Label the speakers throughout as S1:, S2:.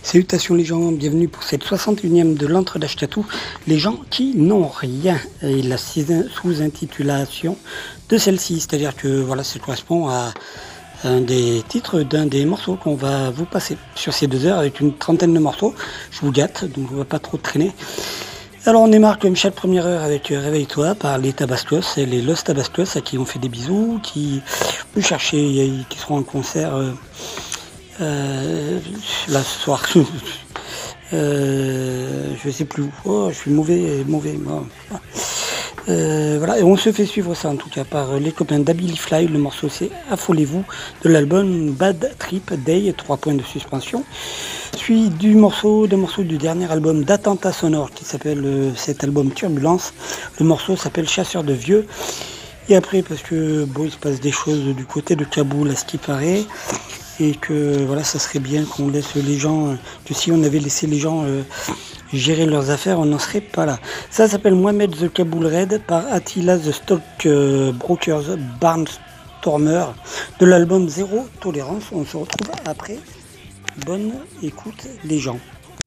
S1: Salutations les gens, bienvenue pour cette 61e de l'Entre-Dash Tattoo, les gens qui n'ont rien, et la sous-intitulation de celle-ci, c'est-à-dire que voilà, ça correspond à un des titres d'un des morceaux qu'on va vous passer sur ces 2 heures avec une trentaine de morceaux. Je vous gâte, donc on va pas trop traîner. Alors on démarre comme chaque première heure avec Réveille-toi par les Tabascos et les Los Tabascos à qui on fait des bisous, qui nous chercher, qui seront en concert là ce soir. Je sais plus où. Oh, je suis mauvais. Voilà, et on se fait suivre ça en tout cas par les copains d'Ability Fly. Le morceau c'est Affolez-vous de l'album Bad Trip Day, 3 points de suspension. Suivi d'un morceau du dernier album d'Attentat Sonore qui s'appelle cet album Turbulence. Le morceau s'appelle Chasseur de vieux. Et après, parce que bon, il se passe des choses du côté de Kaboul à ce qui paraît, et que voilà, ça serait bien qu'on laisse les gens, que si on avait laissé les gens gérer leurs affaires, on n'en serait pas là. Ça s'appelle Mohamed The Kaboul Raid par Attila The Stock Brokers Barnstormer de l'album Zéro Tolérance. On se retrouve après. Bonne écoute les gens.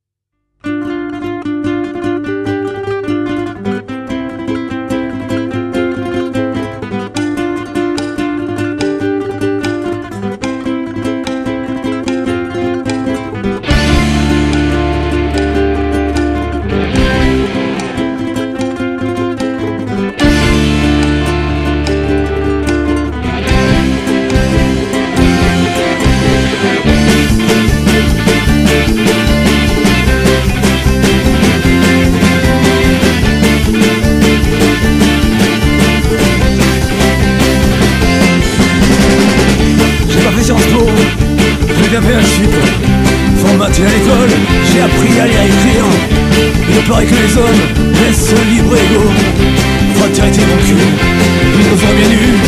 S2: Formaté à l'école, j'ai appris à lire et écrire. Il paraît que les hommes naissent libres et égaux. Fraternité mon cul, nous nous bien nus.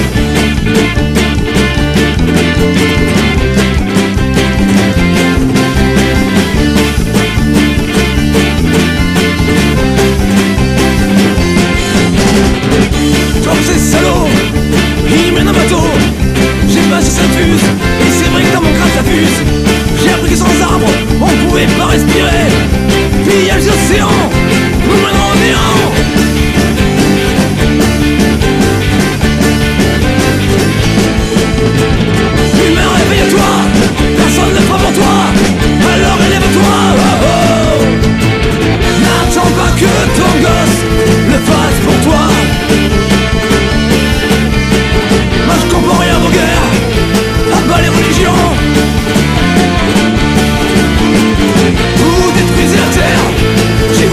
S2: Comme ces salauds, ils mènent un bateau. J'ai pas si ça fuse, et c'est vrai que dans mon crâne ça fuse. J'ai appris que sans arbres, on pouvait pas respirer. Puis y'a les océans, nous mèneront au néant. Humain, réveille-toi, personne ne fera pour toi. Alors élève-toi, oh oh. N'attends pas que ton gosse le fasse pour toi. Moi je comprends rien vos guerres, à bas les religions. Vous détruisez la terre, j'ai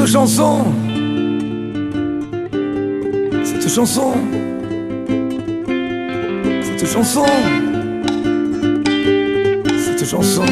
S2: cette chanson, cette chanson, cette chanson, cette chanson.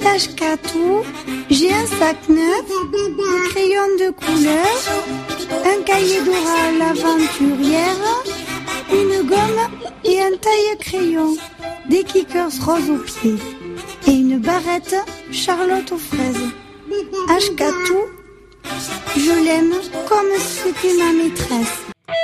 S3: Tashkatu, j'ai un sac neuf, un crayon de couleur, un cahier d'oral aventurière, une gomme et un taille-crayon, des kickers roses aux pieds et une barrette Charlotte aux fraises. Ashkatu, je l'aime comme si c'était ma maîtresse.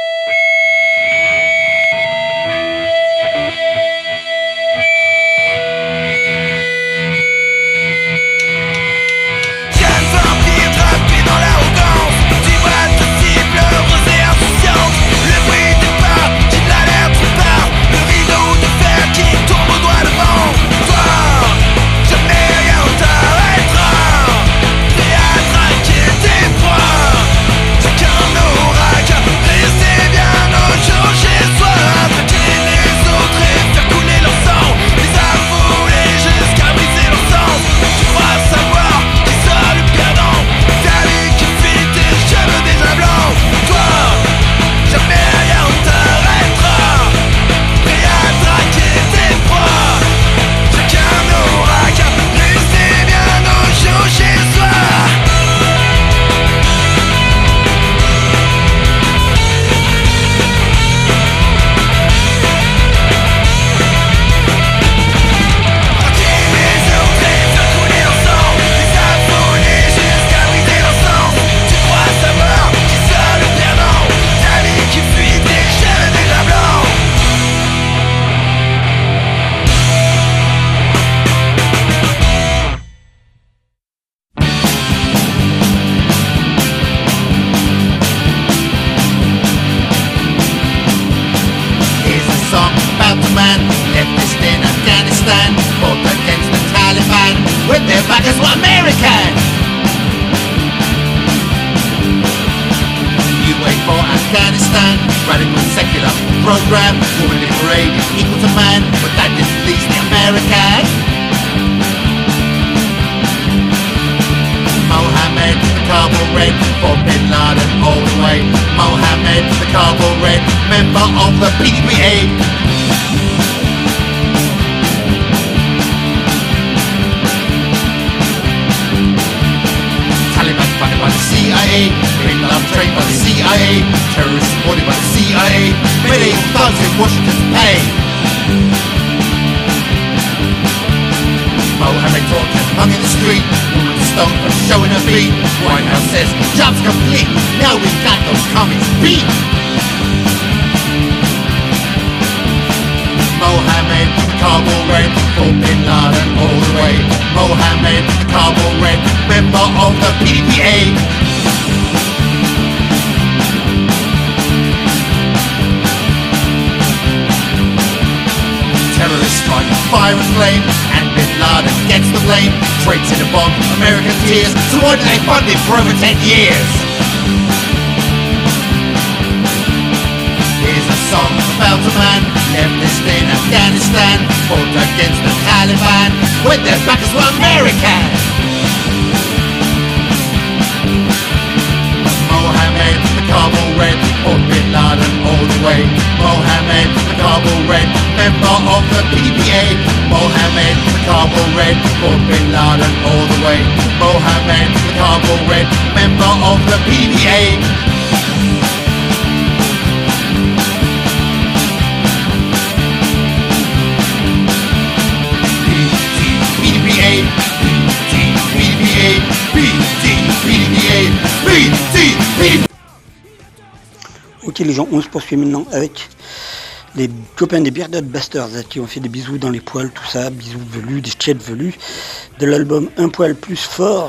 S1: Ok les gens, on se poursuit maintenant avec les copains des Bearded Bastards qui ont fait des bisous dans les poils, tout ça, bisous velus, des tchètes velus, de l'album Un poil plus fort,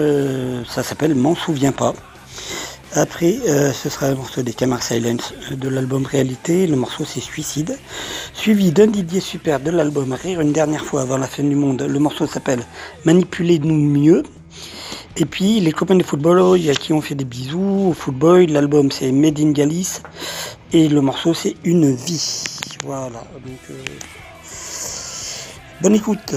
S1: ça s'appelle M'en souviens pas. Après, ce sera le morceau des Camar Silence de l'album Réalité, le morceau c'est Suicide, suivi d'un Didier Super de l'album Rire une dernière fois avant la fin du monde, le morceau s'appelle Manipulez-nous mieux. Et puis les copains de Footboy qui ont fait des bisous au Footboy, l'album c'est Made in Galice et le morceau c'est Une vie. Voilà, donc bonne écoute.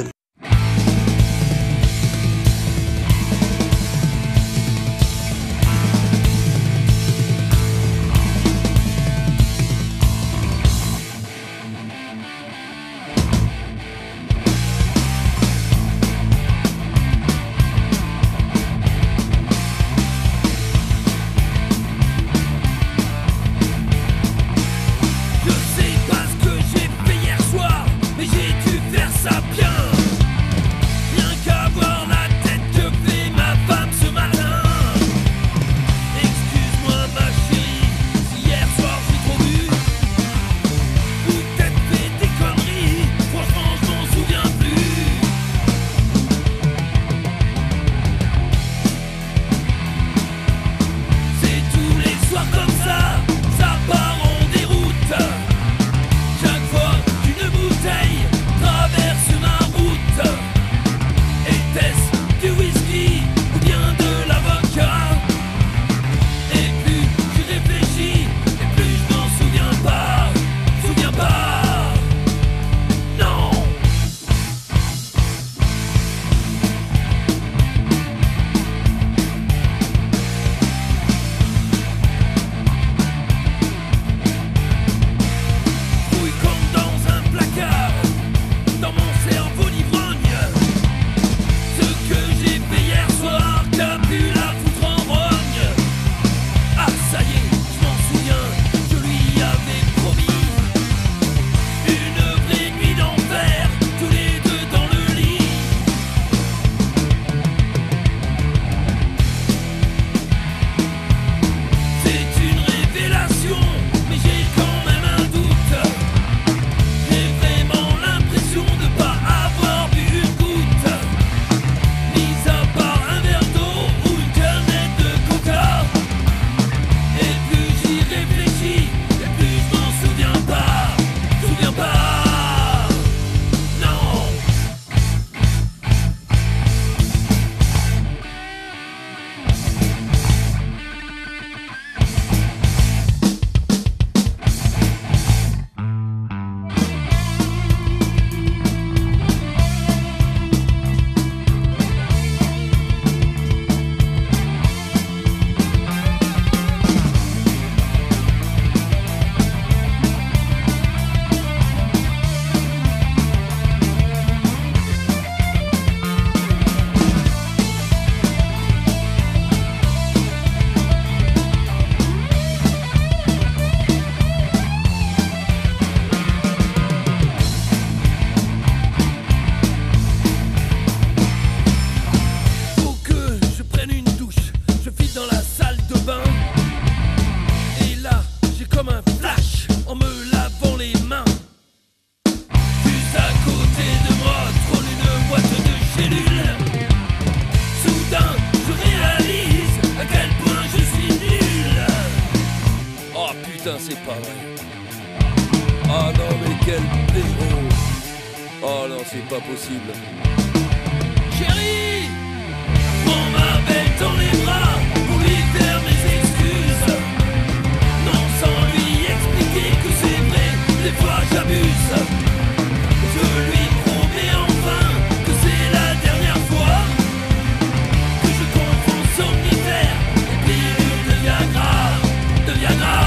S2: Putain, c'est pas vrai. Ah non, mais quel péro. Oh non, c'est pas possible. Chérie, prends ma belle dans les bras pour lui faire mes excuses. Non, sans lui expliquer que c'est vrai, des fois j'abuse. Je lui promets enfin que c'est la dernière fois que je confonds somnifère et pilule de Viagra, de Viagra.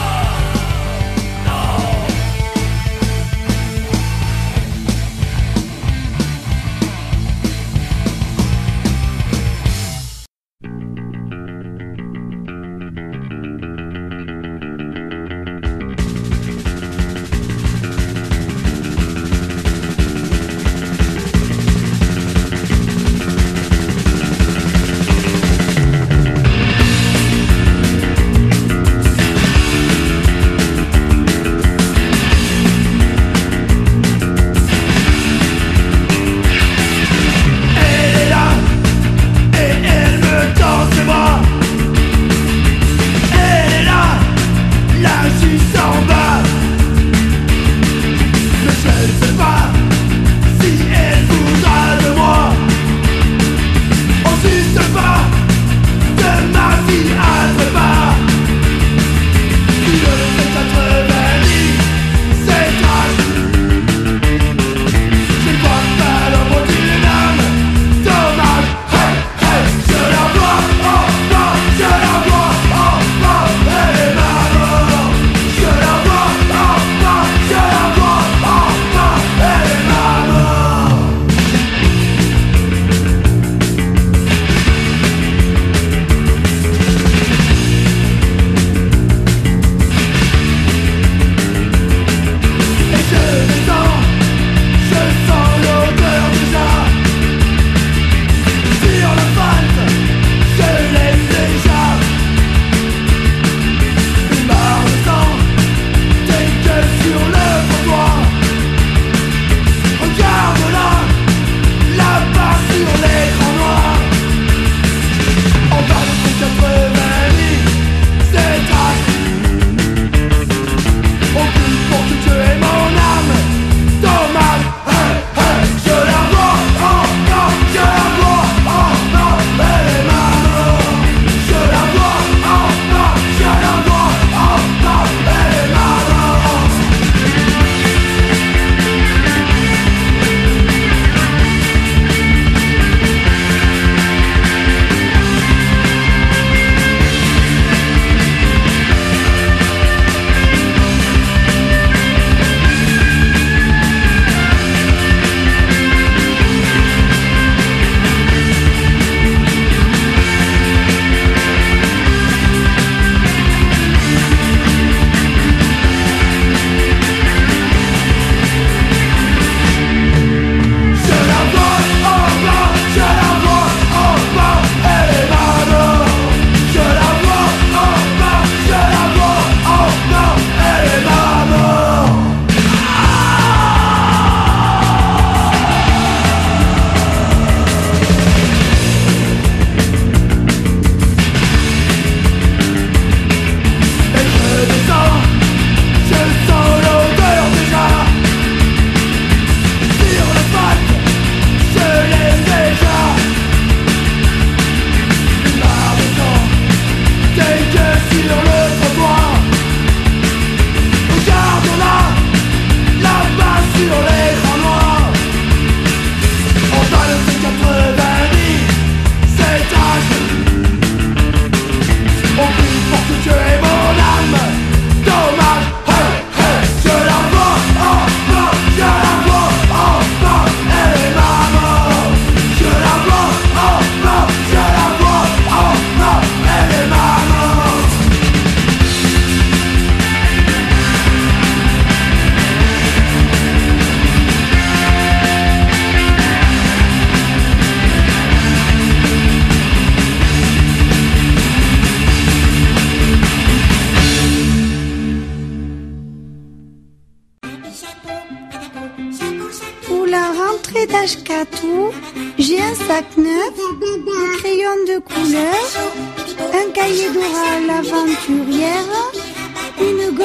S3: rentrée d'Ashkatou, j'ai un sac neuf, un crayon de couleur, un cahier d'oral aventurière, une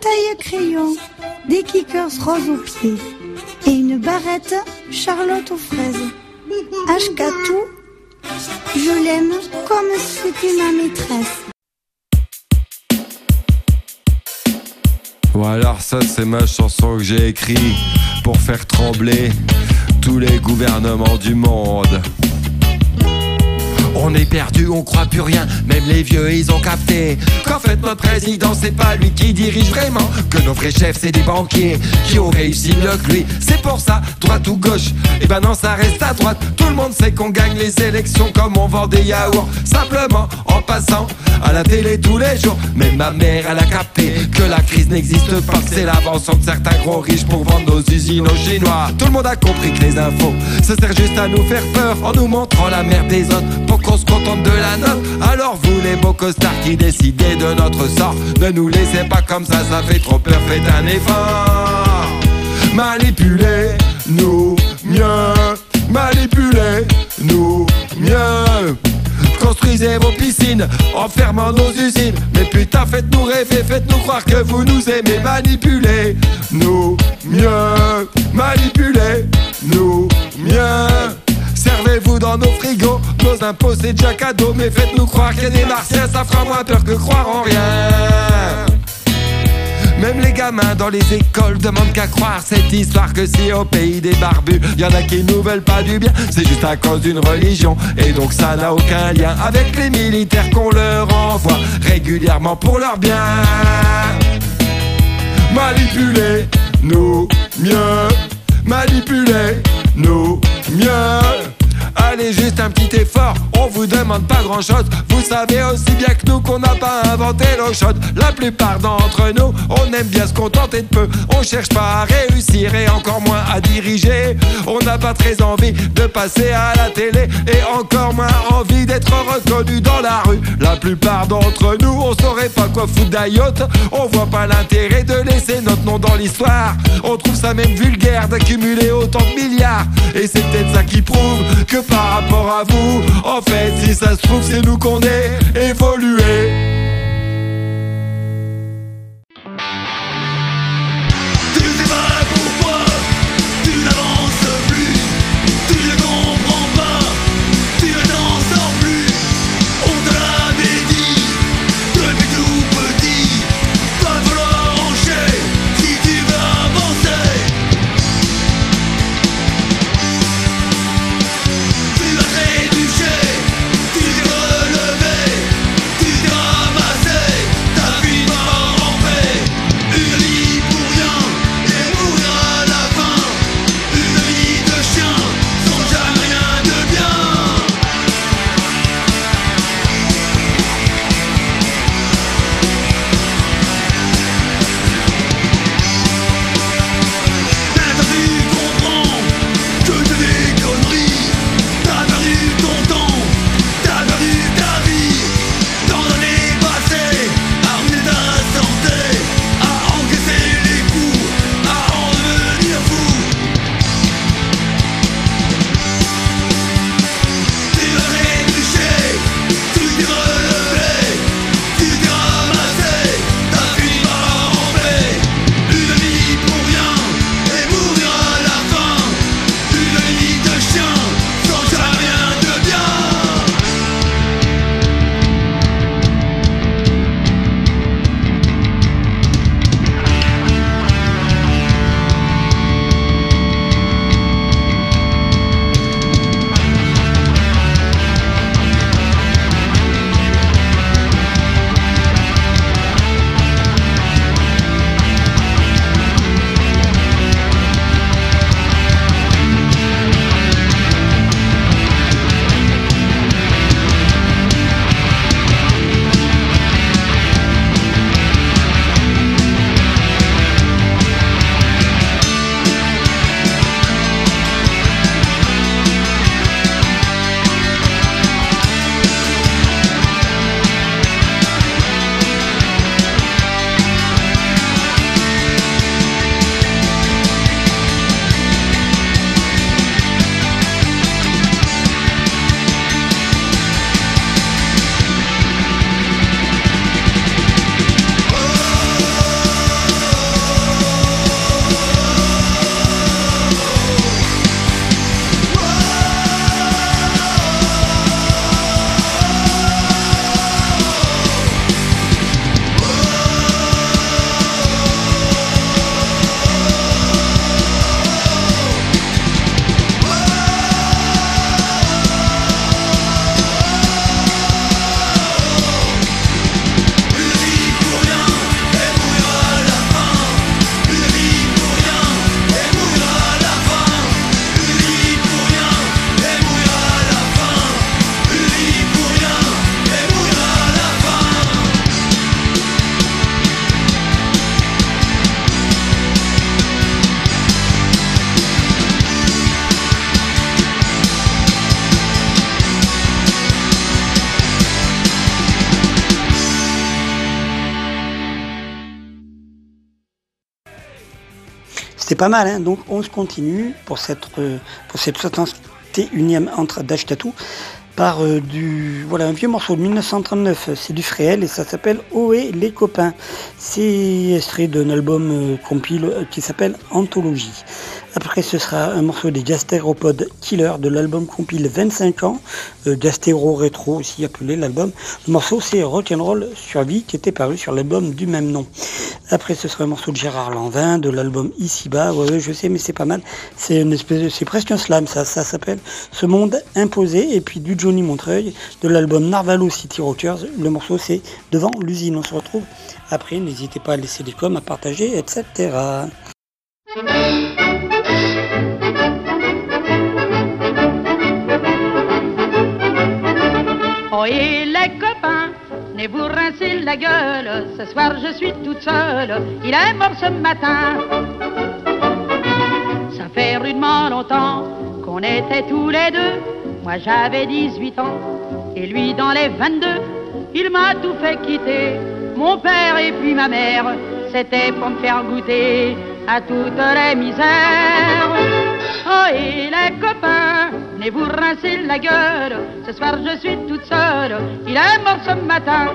S3: taille-crayon, des kickers roses aux pieds et une barrette Charlotte aux fraises. Ashkatou, je l'aime comme si c'était ma maîtresse.
S4: Bon alors ça c'est ma chanson que j'ai écrite pour faire trembler tous les gouvernements du monde. On est perdu, on croit plus rien, même les vieux ils ont capté qu'en fait notre président c'est pas lui qui dirige vraiment, que nos vrais chefs c'est des banquiers qui ont réussi mieux que lui. C'est pour ça, droite ou gauche, et ben non ça reste à droite. Tout le monde sait qu'on gagne les élections comme on vend des yaourts, simplement en passant à la télé tous les jours. Mais ma mère elle a capté que la crise n'existe pas, que c'est l'invention de certains gros riches pour vendre nos usines aux Chinois. Tout le monde a compris que les infos ça sert juste à nous faire peur en nous montrant la merde des autres pour qu'on se contente de la note. Alors vous les beaux costards qui décidez de notre sort, ne nous laissez pas comme ça fait trop peur, faites un effort. Manipulez-nous mieux, manipulez-nous mieux. Construisez vos piscines en fermant nos usines, mais putain faites-nous rêver, faites-nous croire que vous nous aimez. Manipulez-nous mieux, manipulez-nous mieux. Servez-vous dans nos frigos, nos impôts c'est déjà cadeau, mais faites-nous croire qu'il y a des martiens, ça fera moins peur que croire en rien. Même les gamins dans les écoles demandent qu'à croire cette histoire que si au pays des barbus y en a qui nous veulent pas du bien, c'est juste à cause d'une religion, et donc ça n'a aucun lien avec les militaires qu'on leur envoie régulièrement pour leur bien. Manipulez-nous mieux, manipulez-nous mieux. Allez, juste un petit effort, on vous demande pas grand chose. Vous savez aussi bien que nous qu'on n'a pas inventé l'eau chaude. La plupart d'entre nous, on aime bien se contenter de peu. On cherche pas à réussir et encore moins à diriger. On n'a pas très envie de passer à la télé et encore moins envie d'être reconnu dans la rue. La plupart d'entre nous, on saurait pas quoi foutre d'ayotte. On voit pas l'intérêt de laisser notre nom dans l'histoire. On trouve ça même vulgaire d'accumuler autant de milliards. Et c'est peut-être ça qui prouve que par rapport à vous, en fait, si ça se trouve, c'est nous qu'on est évolué.
S2: Tu t'es relevé, tu t'es ramassé.
S1: C'était pas mal, hein. Donc on se continue pour cette 61e entre d'Ashtatou par un vieux morceau de 1939, c'est du Fréhel et ça s'appelle Ohé les copains. C'est extrait d'un album compile qui s'appelle Anthologie. Après ce sera un morceau des Gastéropod Killer de l'album compile 25 ans, Gastéro Rétro aussi appelé l'album. Le morceau c'est Rock'n'Roll Survie qui était paru sur l'album du même nom. Après ce sera un morceau de Gérard Lanvin de l'album Ici-bas, ouais, je sais mais c'est pas mal, c'est presque un slam, ça s'appelle Ce Monde Imposé, et puis du Johnny Montreuil de l'album Narvalo City Rockers, le morceau c'est Devant l'usine. On se retrouve après, n'hésitez pas à laisser des coms, à partager, etc.
S5: Ohé les copains, venez vous rincer la gueule. Ce soir je suis toute seule, il est mort ce matin. Ça fait rudement longtemps qu'on était tous les deux. Moi j'avais 18 ans et lui dans les 22. Il m'a tout fait quitter, mon père et puis ma mère. C'était pour me faire goûter à toutes les misères. Oh et les copains, venez vous rincer la gueule. Ce soir je suis toute seule, il est mort ce matin.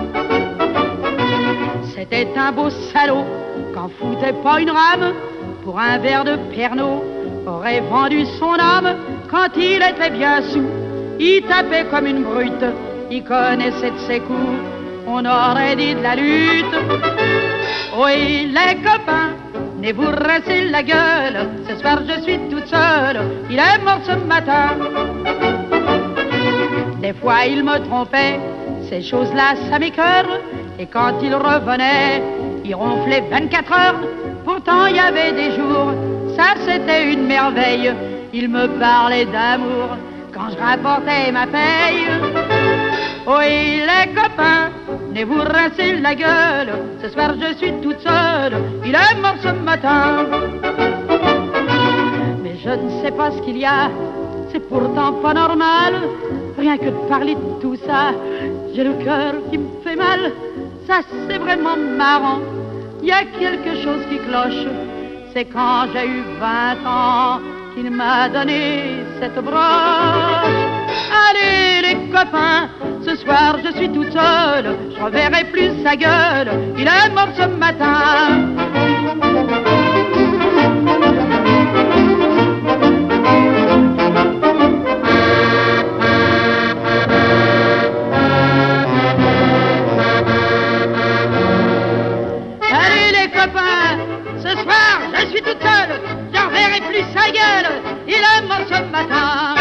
S5: C'était un beau salaud, qu'en foutait pas une rame. Pour un verre de Pernod, aurait vendu son âme. Quand il était bien sous, il tapait comme une brute. Il connaissait de ses coups, on aurait dit de la lutte. Oh et les copains, venez vous rincer la gueule. Ce soir je suis toute seule, il est mort ce matin. Des fois il me trompait, ces choses-là ça m'écœure. Et quand il revenait, il ronflait 24 heures. Pourtant il y avait des jours, ça c'était une merveille. Il me parlait d'amour quand je rapportais ma paye. Oh et les copains, venez vous rincer la gueule. Ce soir je suis toute seule, il est mort ce matin. Mais je ne sais pas ce qu'il y a, c'est pourtant pas normal. Rien que de parler de tout ça, j'ai le cœur qui me fait mal. Ça c'est vraiment marrant, il y a quelque chose qui cloche. C'est quand j'ai eu 20 ans qu'il m'a donné cette broche. Allez les copains, ce soir je suis toute seule, je reverrai plus sa gueule, il est mort ce matin. Allez les copains, ce soir je suis toute seule, je reverrai plus sa gueule, il est mort ce matin.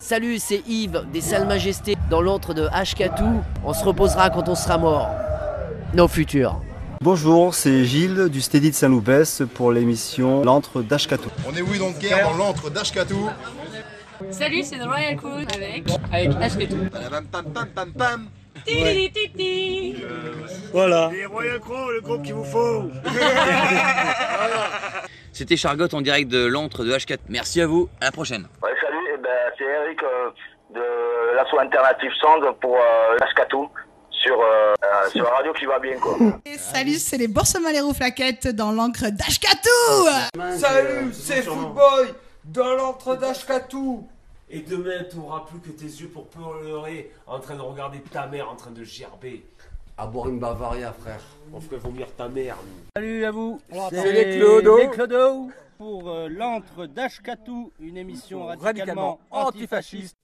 S6: Salut, c'est Yves des Salles Majestés dans l'antre de Ashkatou. On se reposera quand on sera mort. Nos futurs.
S7: Bonjour, c'est Gilles du Steady de Saint-Loupès pour l'émission L'antre d'Ashkatou.
S8: On est oui donc guerre dans l'antre d'Ashkatou.
S9: Salut, c'est The Royal Crew avec Ashkatou.
S1: Voilà.
S8: Les Royal Crew, le groupe qu'il vous faut.
S10: C'était Chargotte en direct de l'antre de H4. Merci à vous, à la prochaine.
S11: Ouais, salut, c'est Eric de l'asso Alternative Song pour Ashkatou sur la radio qui va bien quoi.
S12: Et salut, c'est les Boursemans Flaquettes dans l'encre d'Ashkatou.
S13: Salut, c'est Footboy dans l'antre d'Ashkatou. Et demain, tu n'auras plus que tes yeux pour pleurer en train de regarder ta mère en train de gerber.
S14: À boire une Bavaria, frère.
S13: On ferait vomir ta mère.
S15: Salut à vous.
S13: C'est les Clodo.
S15: Les Clodo pour l'antre d'Ashkatou, une émission radicalement antifasciste.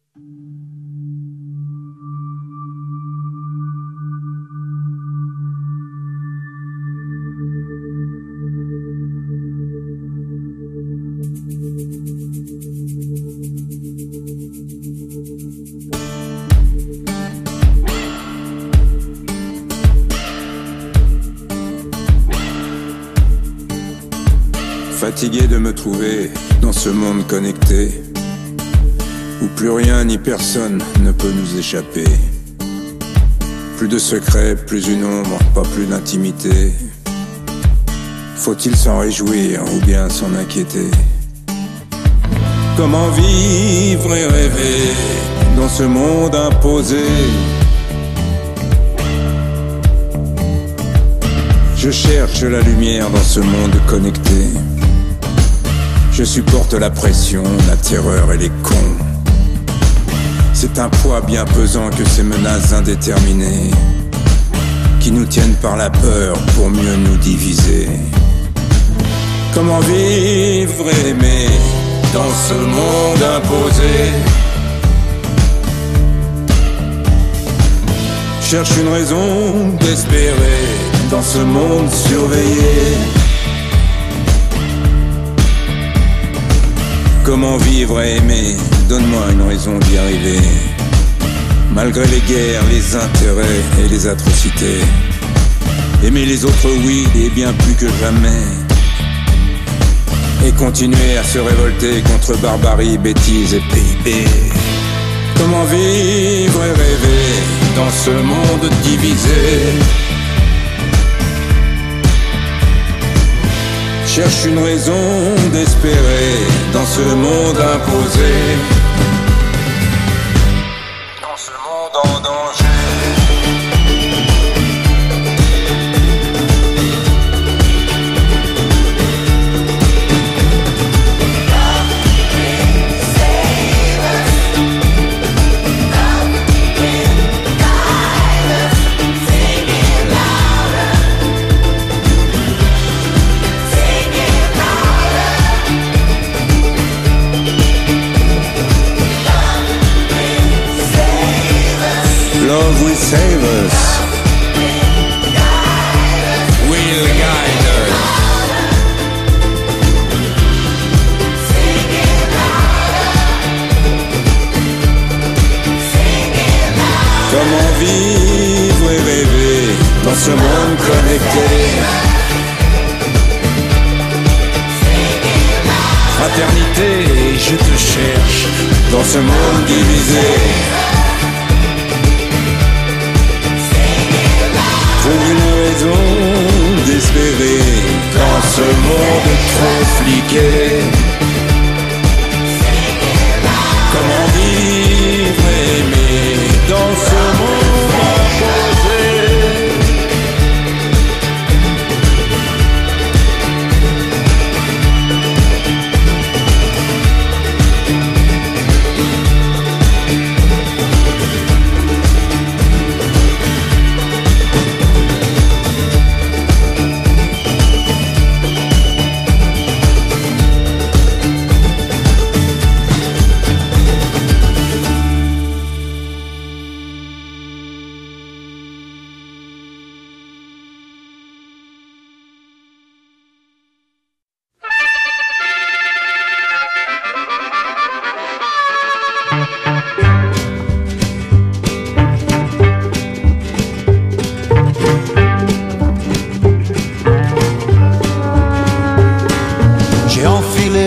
S16: Fatigué de me trouver dans ce monde connecté, où plus rien ni personne ne peut nous échapper. Plus de secrets, plus une ombre, pas plus d'intimité. Faut-il s'en réjouir ou bien s'en inquiéter? Comment vivre et rêver dans ce monde imposé? Je cherche la lumière dans ce monde connecté. Je supporte la pression, la terreur et les cons. C'est un poids bien pesant que ces menaces indéterminées qui nous tiennent par la peur pour mieux nous diviser. Comment vivre et aimer dans ce monde imposé? Cherche une raison d'espérer dans ce monde surveillé. Comment vivre et aimer? Donne-moi une raison d'y arriver. Malgré les guerres, les intérêts et les atrocités. Aimer les autres, oui, et bien plus que jamais. Et continuer à se révolter contre barbarie, bêtises et PIB. Comment vivre et rêver dans ce monde divisé? Cherche une raison d'espérer dans ce monde imposé, dans ce monde en danger. Love will save us. Will guide us. Comment vivre et rêver dans ce monde connecté? Fraternité, je te cherche dans ce monde divisé. Trouve une raison d'espérer dans ce monde trop fliqué. Comment vivre et aimer dans ce monde imposé?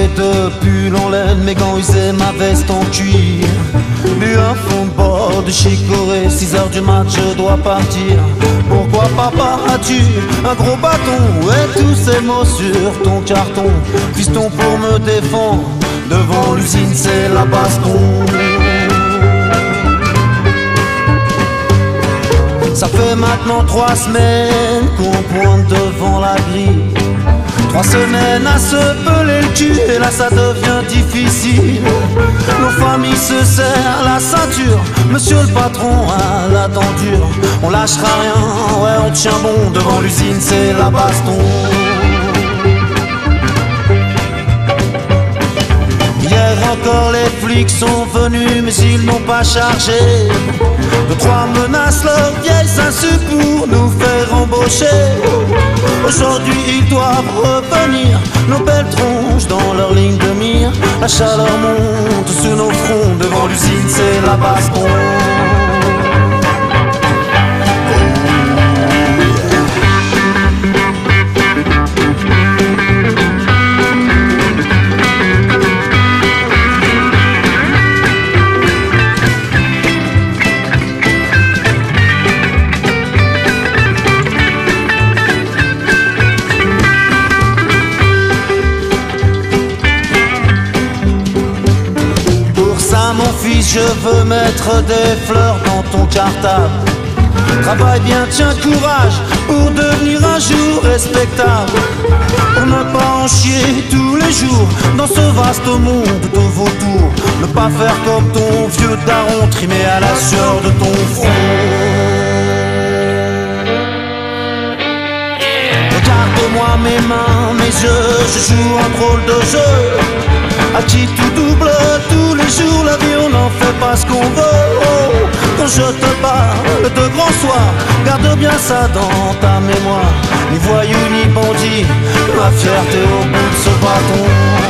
S17: enfilé de pull en laine, mes gants usés, ma veste en cuir. Bu un fond de bord de chicorée, 6h du mat, je dois partir. Pourquoi papa as-tu un gros bâton? Et tous ces mots sur ton carton. Fiston pour me défendre, devant l'usine c'est la baston. Ça fait maintenant 3 semaines qu'on pointe devant la grille. 3 semaines à se peler le cul, et là ça devient difficile. Nos familles se serrent la ceinture, monsieur le patron a la dent dure. On lâchera rien, ouais on tient bon, devant l'usine c'est la baston. Hier encore les flics sont venus, mais ils n'ont pas chargé. 2-3 menaces, leurs vieilles insultes pour nous faire embaucher. Aujourd'hui ils doivent revenir, nos belles tronches dans leur ligne de mire. La chaleur monte sur nos fronts, devant l'usine c'est la baston. Je veux mettre des fleurs dans ton cartable. Travaille bien, tiens courage pour devenir un jour respectable. Pour ne pas en chier tous les jours dans ce vaste monde de vautours. Ne pas faire comme ton vieux daron, trimé à la sueur de ton front. Regarde-moi mes mains, mes yeux, je joue un drôle de jeu. À qui tout double tous les jours, la vie on n'en fait pas ce qu'on veut. Oh, quand je te parle de grand soir, garde bien ça dans ta mémoire. Ni voyou ni bandit, ma fierté au bout de ce bâton.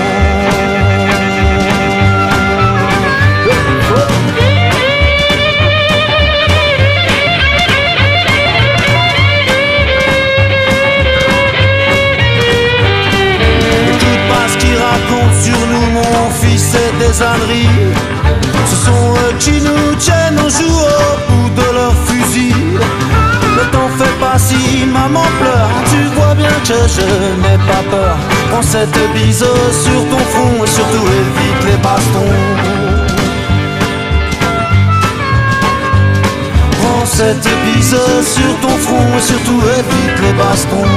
S17: Raconte sur nous mon fils, c'est des âneries. Ce sont eux qui nous tiennent au jour au bout de leur fusil. Ne t'en fais pas si maman pleure, tu vois bien que je n'ai pas peur. Prends cette bise sur ton front et surtout évite les bastons. Prends cette bise sur ton front et surtout évite les bastons.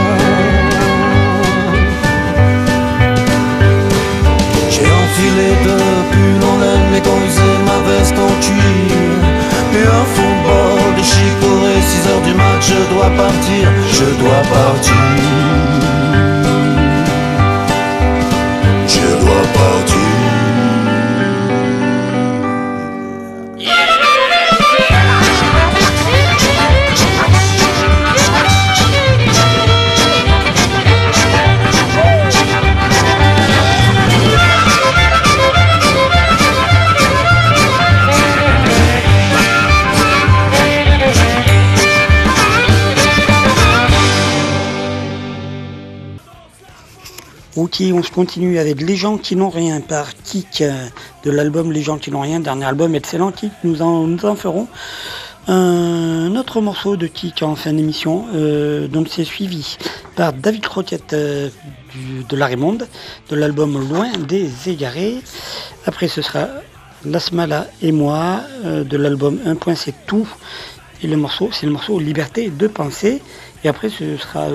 S17: Enfilé de pull en laine, mes gants usés, ma veste en cuir. Puis un fond de bord de chicorée, 6h du mat, je dois partir, je dois partir. Je dois partir.
S1: Ok, on se continue avec Les gens qui n'ont rien par Kik de l'album Les gens qui n'ont rien, dernier album excellent Kik. Nous en ferons un autre morceau de Kik en fin d'émission. Donc c'est suivi par David Croquette de La Raymonde de l'album Loin des égarés. Après ce sera Lasmala et moi de l'album Un point c'est tout. Et le morceau, c'est le morceau Liberté de penser. Et après ce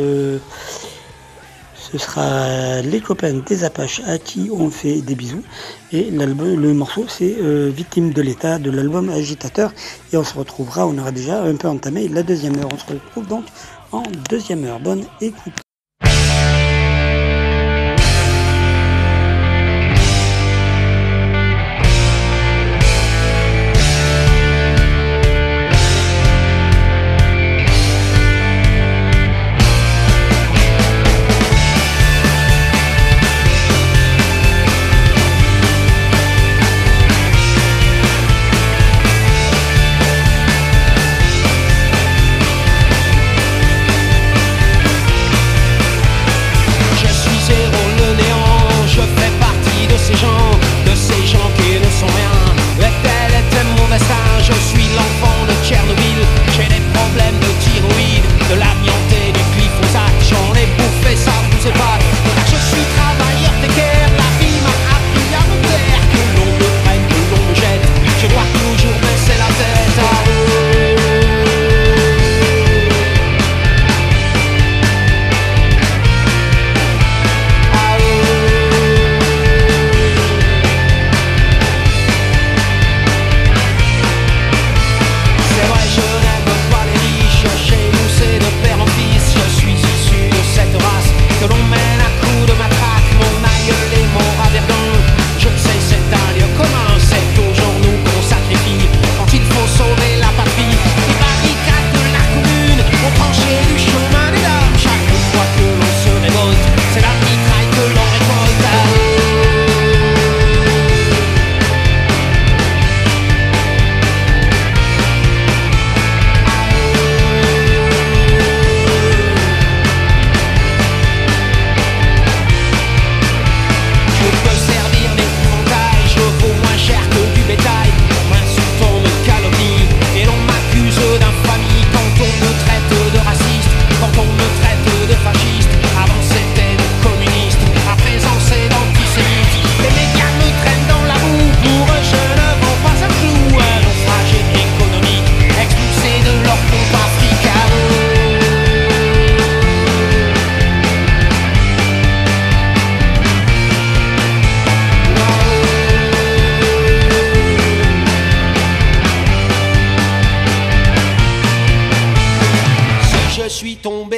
S1: sera les copains des Apaches à qui on fait des bisous. Et le morceau c'est Victime de l'État de l'album Agitateur. Et on se retrouvera, on aura déjà un peu entamé la deuxième heure. On se retrouve donc en deuxième heure. Bonne écoute.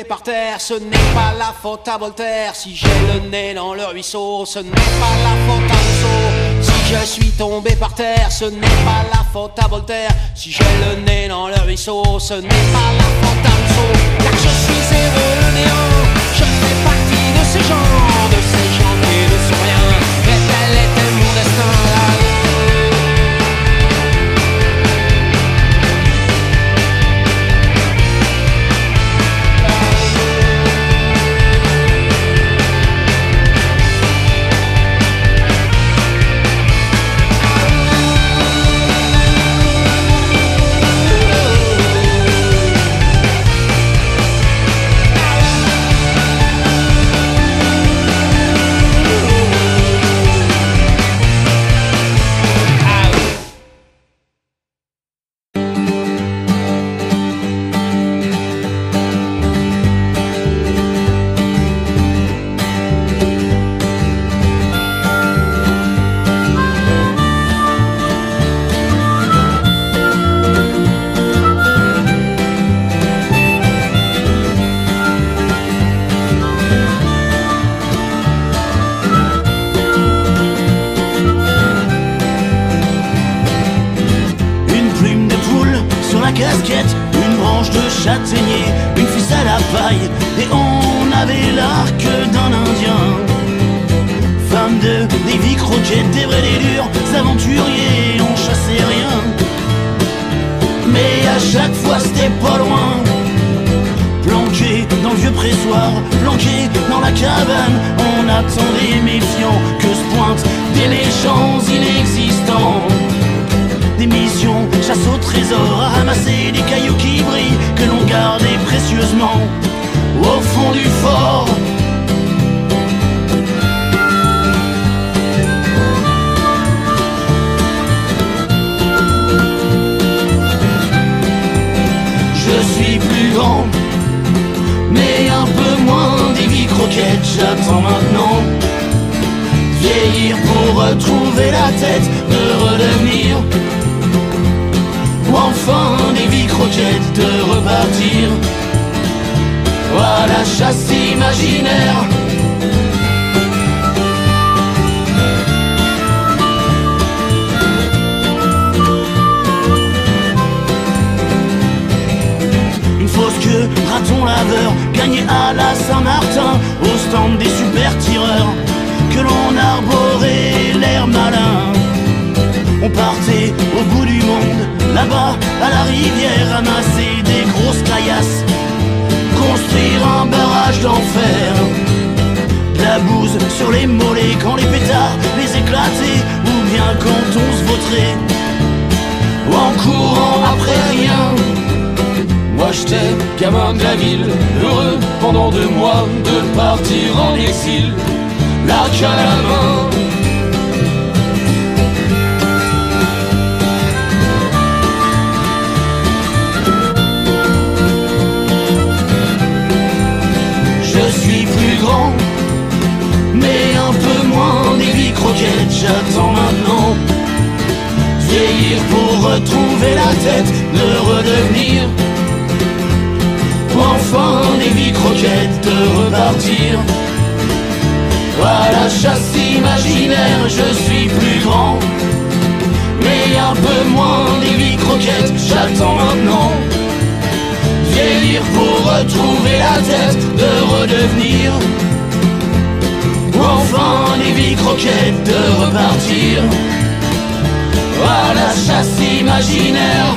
S18: par terre, ce n'est pas la faute à Voltaire. Si j'ai le nez dans le ruisseau, ce n'est pas la faute à Rousseau. Si je suis tombé par terre, ce n'est pas la faute à Voltaire. Si j'ai le nez dans le ruisseau, ce n'est pas la faute à Rousseau. Car je suis heureux le néant, je fais partie de ces gens qui ne sont rien. Mais tel était mon destin là.
S17: Une branche de châtaignier, une ficelle à paille, et on avait l'arc d'un indien. Femme de Davy Crockett, des vrais des durs aventuriers, on chassait rien. Mais à chaque fois c'était pas loin. Planqué dans le vieux pressoir, planqué dans la cabane, on attendait méfiant que se pointent des méchants inexistants. Des missions, chasse au trésor, à ramasser des cailloux qui brillent, que l'on gardait précieusement au fond du fort. Je suis plus grand, mais un peu moins Davy Crockett. J'attends maintenant vieillir pour retrouver la tête, de redevenir enfin Davy Crockett, de repartir à la chasse imaginaire. Une fausse queue, raton laveur, gagné à la Saint-Martin, au stand des super tireurs, que l'on arborait l'air malin. On partait au bout du monde, là-bas à la rivière, ramasser des grosses caillasses, construire un barrage d'enfer. De la bouse sur les mollets quand les pétards les éclataient, ou bien quand on se vautrait en courant après rien.
S2: Moi j'étais gamin de la ville, heureux pendant 2 mois de partir en exil, l'arc à la main.
S17: Mais un peu moins Davy Crockett. J'attends maintenant vieillir pour retrouver la tête, de redevenir enfin Davy Crockett, de repartir à la chasse imaginaire. Je suis plus grand, mais un peu moins Davy Crockett. J'attends maintenant vieillir pour retrouver la tête, de redevenir enfin Davy Crockett, de repartir à la chasse imaginaire.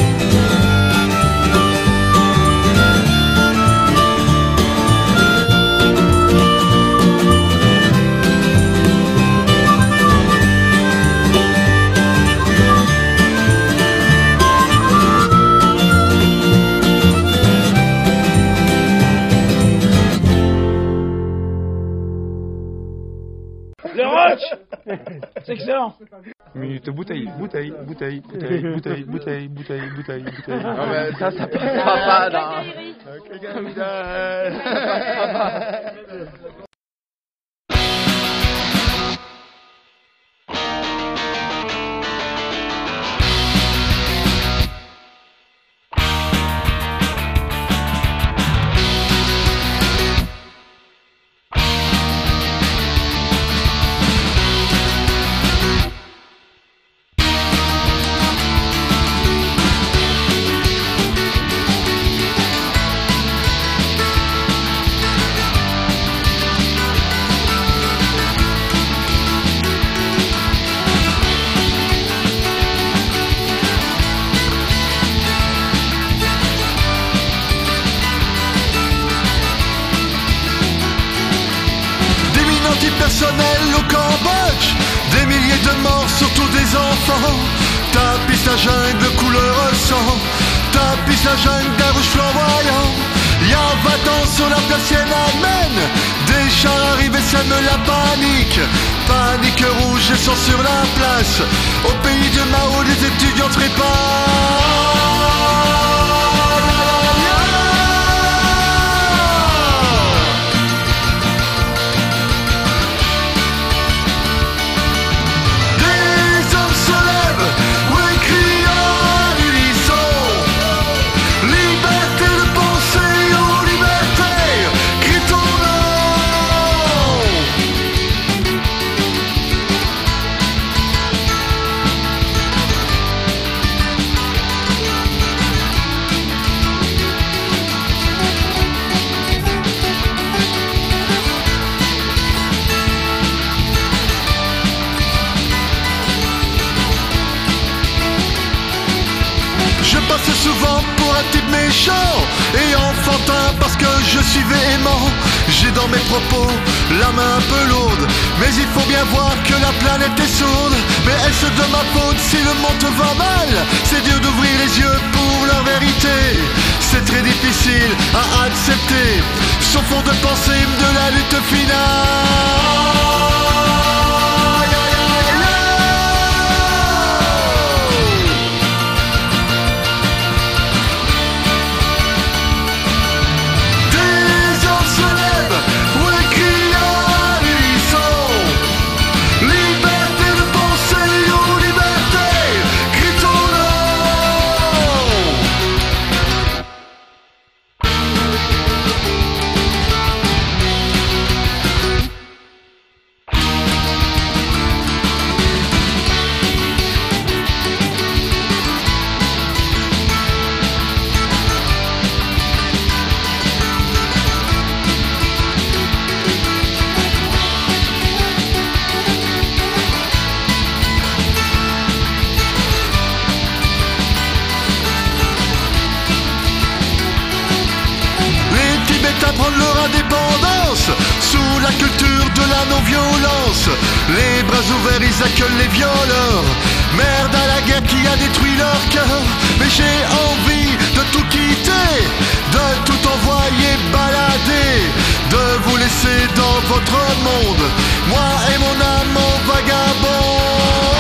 S19: C'est excellent.
S20: Minute bouteille, bouteille, bouteille, bouteille, bouteille, bouteille, bouteille, bouteille, bouteille.
S19: Non mais ça passera pas là.
S21: personnel au Cambodge. Des milliers de morts, surtout des enfants. Tapisse la jungle de couleur sang. Tapisse la jungle d'un rouge flamboyant. Y'a 20 ans sur la place Tiananmen. Des chars arrivent et sèment la panique. Panique rouge et sang sur la place. Au pays de Mao, les étudiants trépassent. Souvent pour un type méchant et enfantin parce que je suis véhément. J'ai dans mes propos la main un peu lourde, mais il faut bien voir que la planète est sourde. Mais est-ce de ma faute si le monde te va mal? C'est dur d'ouvrir les yeux pour la vérité. C'est très difficile à accepter son fond de pensée de la lutte finale. Prendre leur indépendance sous la culture de la non-violence. Les bras ouverts, ils accueillent les violeurs. Merde à la guerre qui a détruit leur cœur. Mais j'ai envie de tout quitter, de tout envoyer balader, de vous laisser dans votre monde, moi et mon amant vagabond.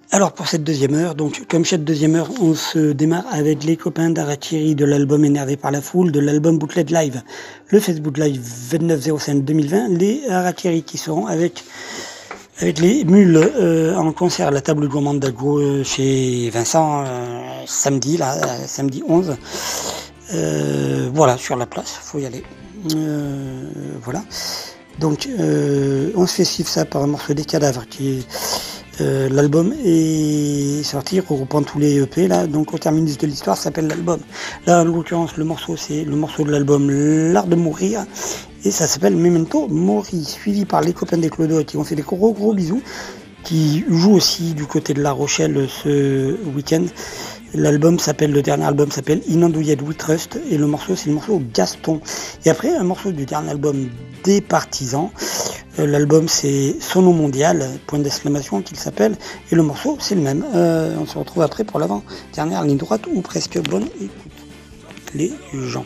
S1: Alors pour cette deuxième heure, donc comme chaque deuxième heure, on se démarre avec les copains d'Arachiri de l'album Énervé par la foule, de l'album Bootleg Live, le Facebook Live 29/05/2020, les Arachiri qui seront avec les mules en concert à la table gourmande d'Agro chez Vincent samedi 11. Voilà, sur la place, faut y aller. Voilà. Donc on se fait suivre ça par un morceau des Cadavres qui est l'album est sorti regroupant tous les EP là, donc au terminus de l'histoire s'appelle l'album. Là en l'occurrence le morceau c'est le morceau de l'album L'Art de Mourir et ça s'appelle Memento Mori, suivi par les copains des Clodo qui ont fait des gros bisous, qui jouent aussi du côté de La Rochelle ce week-end. Le dernier album s'appelle Inandouilled We Trust et le morceau c'est le morceau Gaston. Et après un morceau du dernier album des Partisans, l'album c'est Sono Mondial, point d'exclamation qu'il s'appelle, et le morceau c'est le même. On se retrouve après pour l'avant-dernière ligne droite ou presque. Bonne écoute les gens.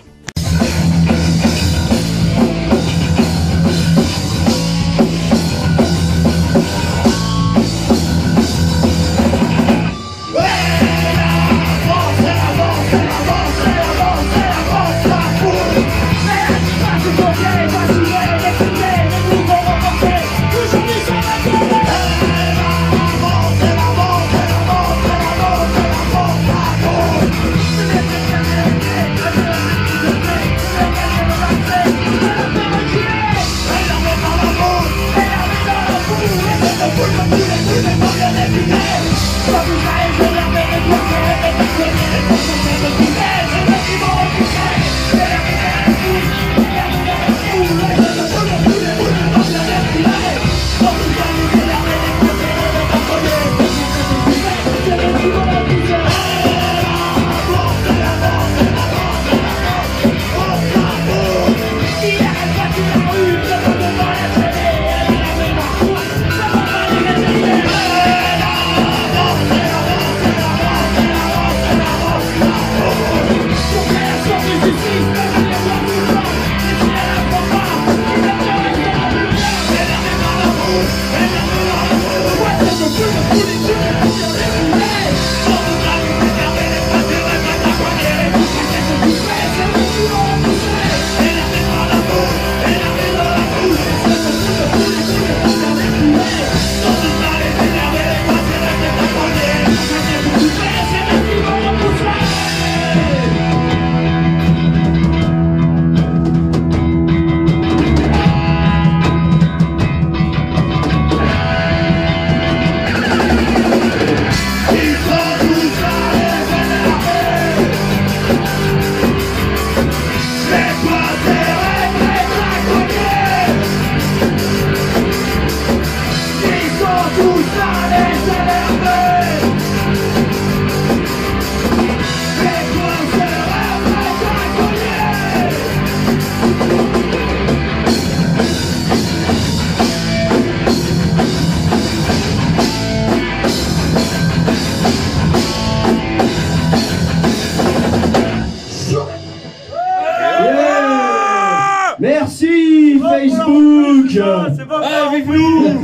S3: Merci Facebook.
S19: C'est pas avec nous.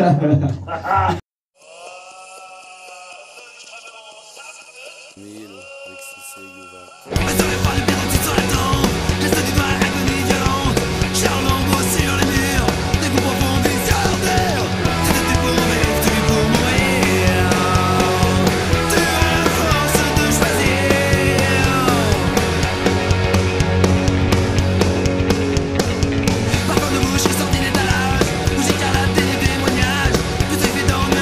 S2: Parfois de vous, je suis sorti d'étalage, où j'ai caraté les témoignages. Tout est fait dans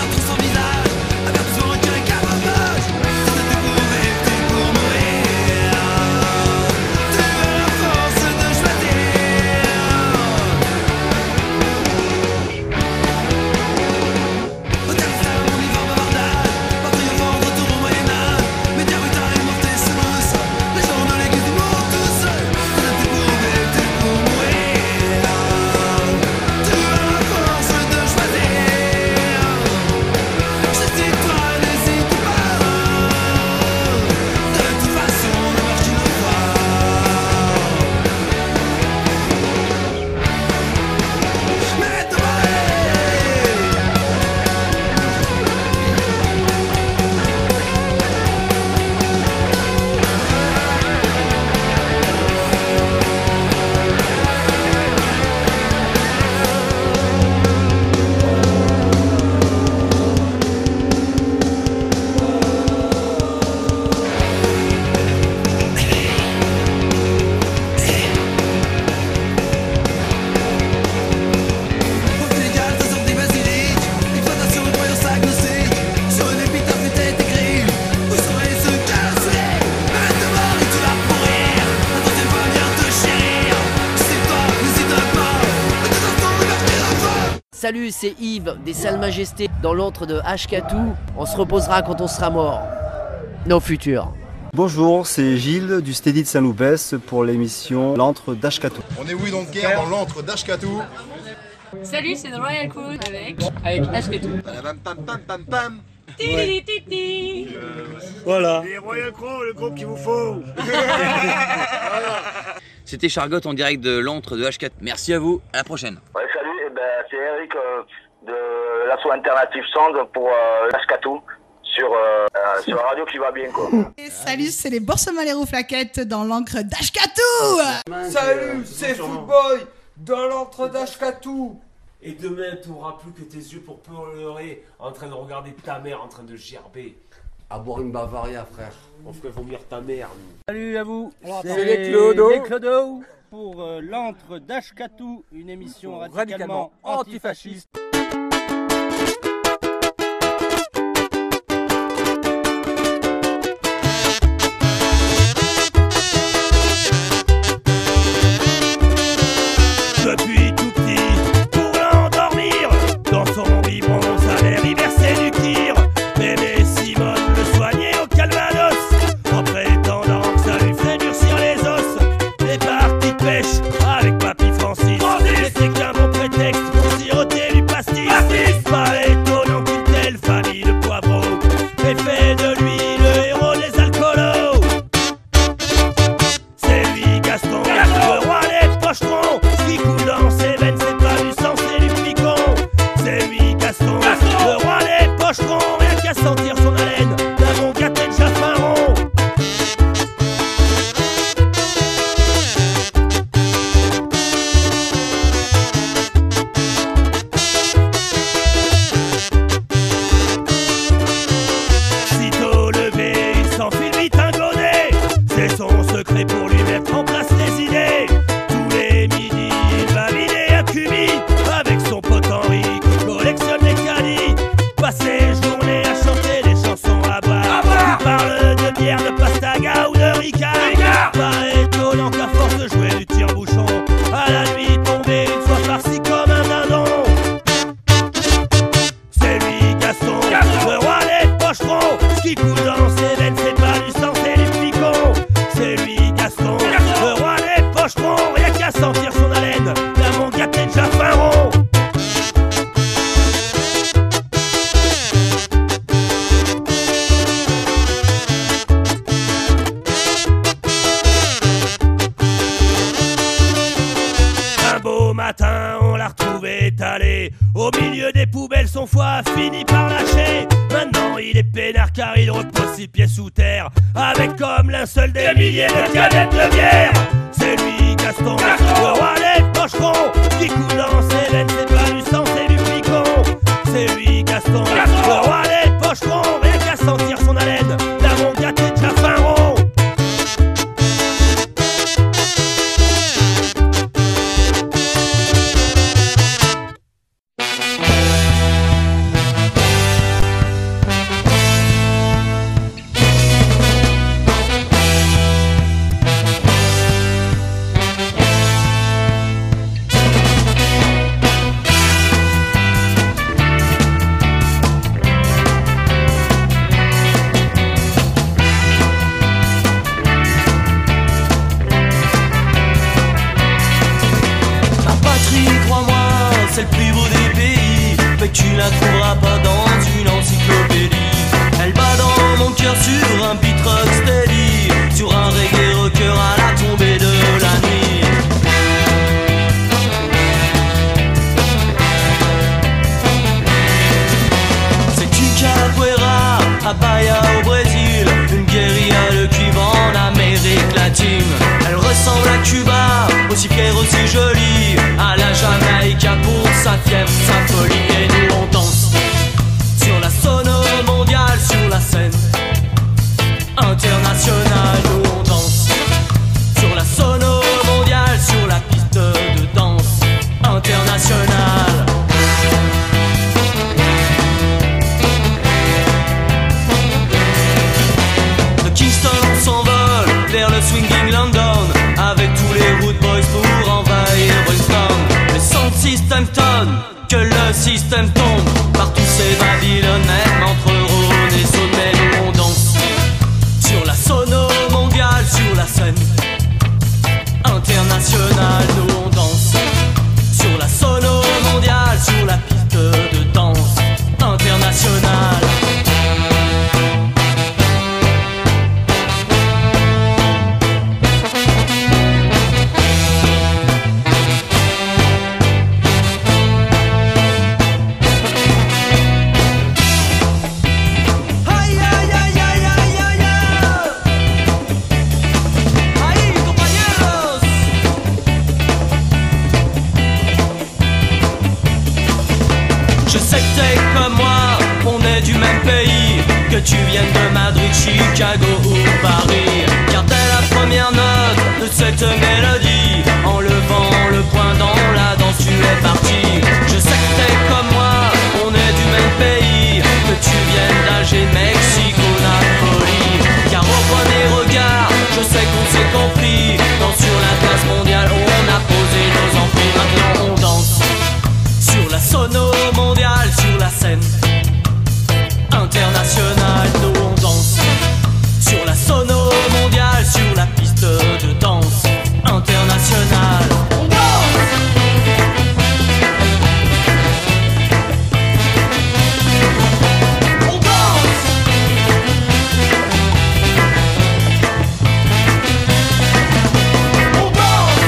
S6: Salut, c'est Yves des Salles Majestés dans l'antre de Ashkatou. On se reposera quand on sera mort. Nos futurs.
S7: Bonjour, c'est Gilles du Steady de Saint-Loupès pour l'émission L'antre d'Ashkatou.
S8: On est oui donc guerre dans l'antre d'Ashkatou.
S9: Salut, c'est The Royal Crew avec Ashkatou.
S1: Voilà.
S8: Les Royal Crew, le groupe qu'il vous faut.
S10: C'était Chargotte en direct de l'antre de H4. Merci à vous, à la prochaine.
S11: Ouais, salut, c'est Eric de l'asso Alternative Sound pour Ashkatou sur la radio qui va bien quoi.
S12: Et salut, c'est les Bourse-Malheureux Flaquettes dans l'encre d'Ashkatou.
S13: Salut, c'est Footboy dans l'antre d'Ashkatou. Et demain, tu n'auras plus que tes yeux pour pleurer en train de regarder ta mère en train de gerber.
S14: À boire une Bavaria, frère.
S13: On ferait vomir ta mère.
S15: Salut à vous.
S13: C'est les Clodo.
S15: Les Clodo pour l'antre d'Ashkatou, une émission radicalement antifasciste.
S2: Depuis tout petit, pour l'endormir, dans son biberon, sa mère y versait du kir. Bébé Simone le soignait au Calvados, en prétendant que ça lui ferait durcir les os. Les parties de pêche avec Papy Francis, c'était qu'un bon prétexte pour siroter du pastis. Pas étonnant qu'une telle famille de poivreaux ait fait de lui le héros des alcoolos. C'est lui Gaston, le roi des pochetrons. Qui coule dans ses veines, c'est pas du sang, c'est du picon. C'est lui Gaston, le roi des pochetrons. Rien qu'à sentir son haleine, d'un bon gâté de Jaffaron. Sitôt levé, il s'enfuit vite un godet. C'est son secret pour lui mettre en place les idées. Tous les midis, il va vider un cubi avec son pote Henri qui collectionne les caddies. Passe ses journées à chanter des chansons à bas. Il parle de bière, de pastaga ou de ricard. Pas étonnant qu'à force de jouer du tire-bouchon, à la nuit tombée une fois farci comme un dindon. C'est lui Gaston, le roi des pochetrons. Ce qui coule dans ses veines, c'est pas du sang, c'est du picon. C'est lui Gaston, le roi des pochetrons. Rien qu'à sentir son haleine, d'un bon gâté de Jaffaron. Un beau matin, on l'a retrouvé étalé au milieu des poubelles, son foie a fini par lâcher. Maintenant il est peinard car il repose 6 pieds sous terre, avec comme linceul des milliers de canettes de bière. C'est lui Gaston, le roi des pocherons. Qui coule dans ses veines, c'est pas du sang, c'est du picon. C'est lui Gaston, le roi des pocherons. Rien qu'à sentir son haleine, d'un bon gâté de Jaffaron.
S17: C'est le plus beau des pays, mais tu la trouveras pas dans une encyclopédie. Elle bat dans mon cœur sur un beat rock steady, sur un reggae rocker à la tombée de la nuit. C'est une capoeira à Bahia au Brésil, une guérilla de Cuba en Amérique latine. Elle ressemble à Cuba, aussi claire, aussi jolie, à la Jamaïque pour sa fièvre, sa folie. Et nous on danse sur la sono mondiale, sur la scène internationale. Nous on danse sur la sono mondiale, sur la piste de danse internationale. De Kingston on s'envole vers le swinging London, avec tous les Rude Boys pour envahir Brixton. Les Sound System Town
S4: que le système tombe. Partout c'est Babylone, même entre Rhône et Saône. Mais nous on danse sur la sono mondiale, sur la scène internationale. Nous on danse sur la sono mondiale, sur la piste de danse internationale. Que tu viennes de Madrid, Chicago ou Paris, car dès la première note de cette mélodie, en levant le poing dans la danse, tu es parti. Je sais que t'es comme moi, on est du même pays, que tu viennes d'Alger, Mexico, Napoli, car au premier regard, je sais qu'on s'est compris. Dans sur la place mondiale, on a posé nos amplis. Maintenant on danse sur la sono mondiale, sur la scène internationale. Nous on danse sur la sono mondiale, sur la piste de danse internationale. On danse. On danse. On danse.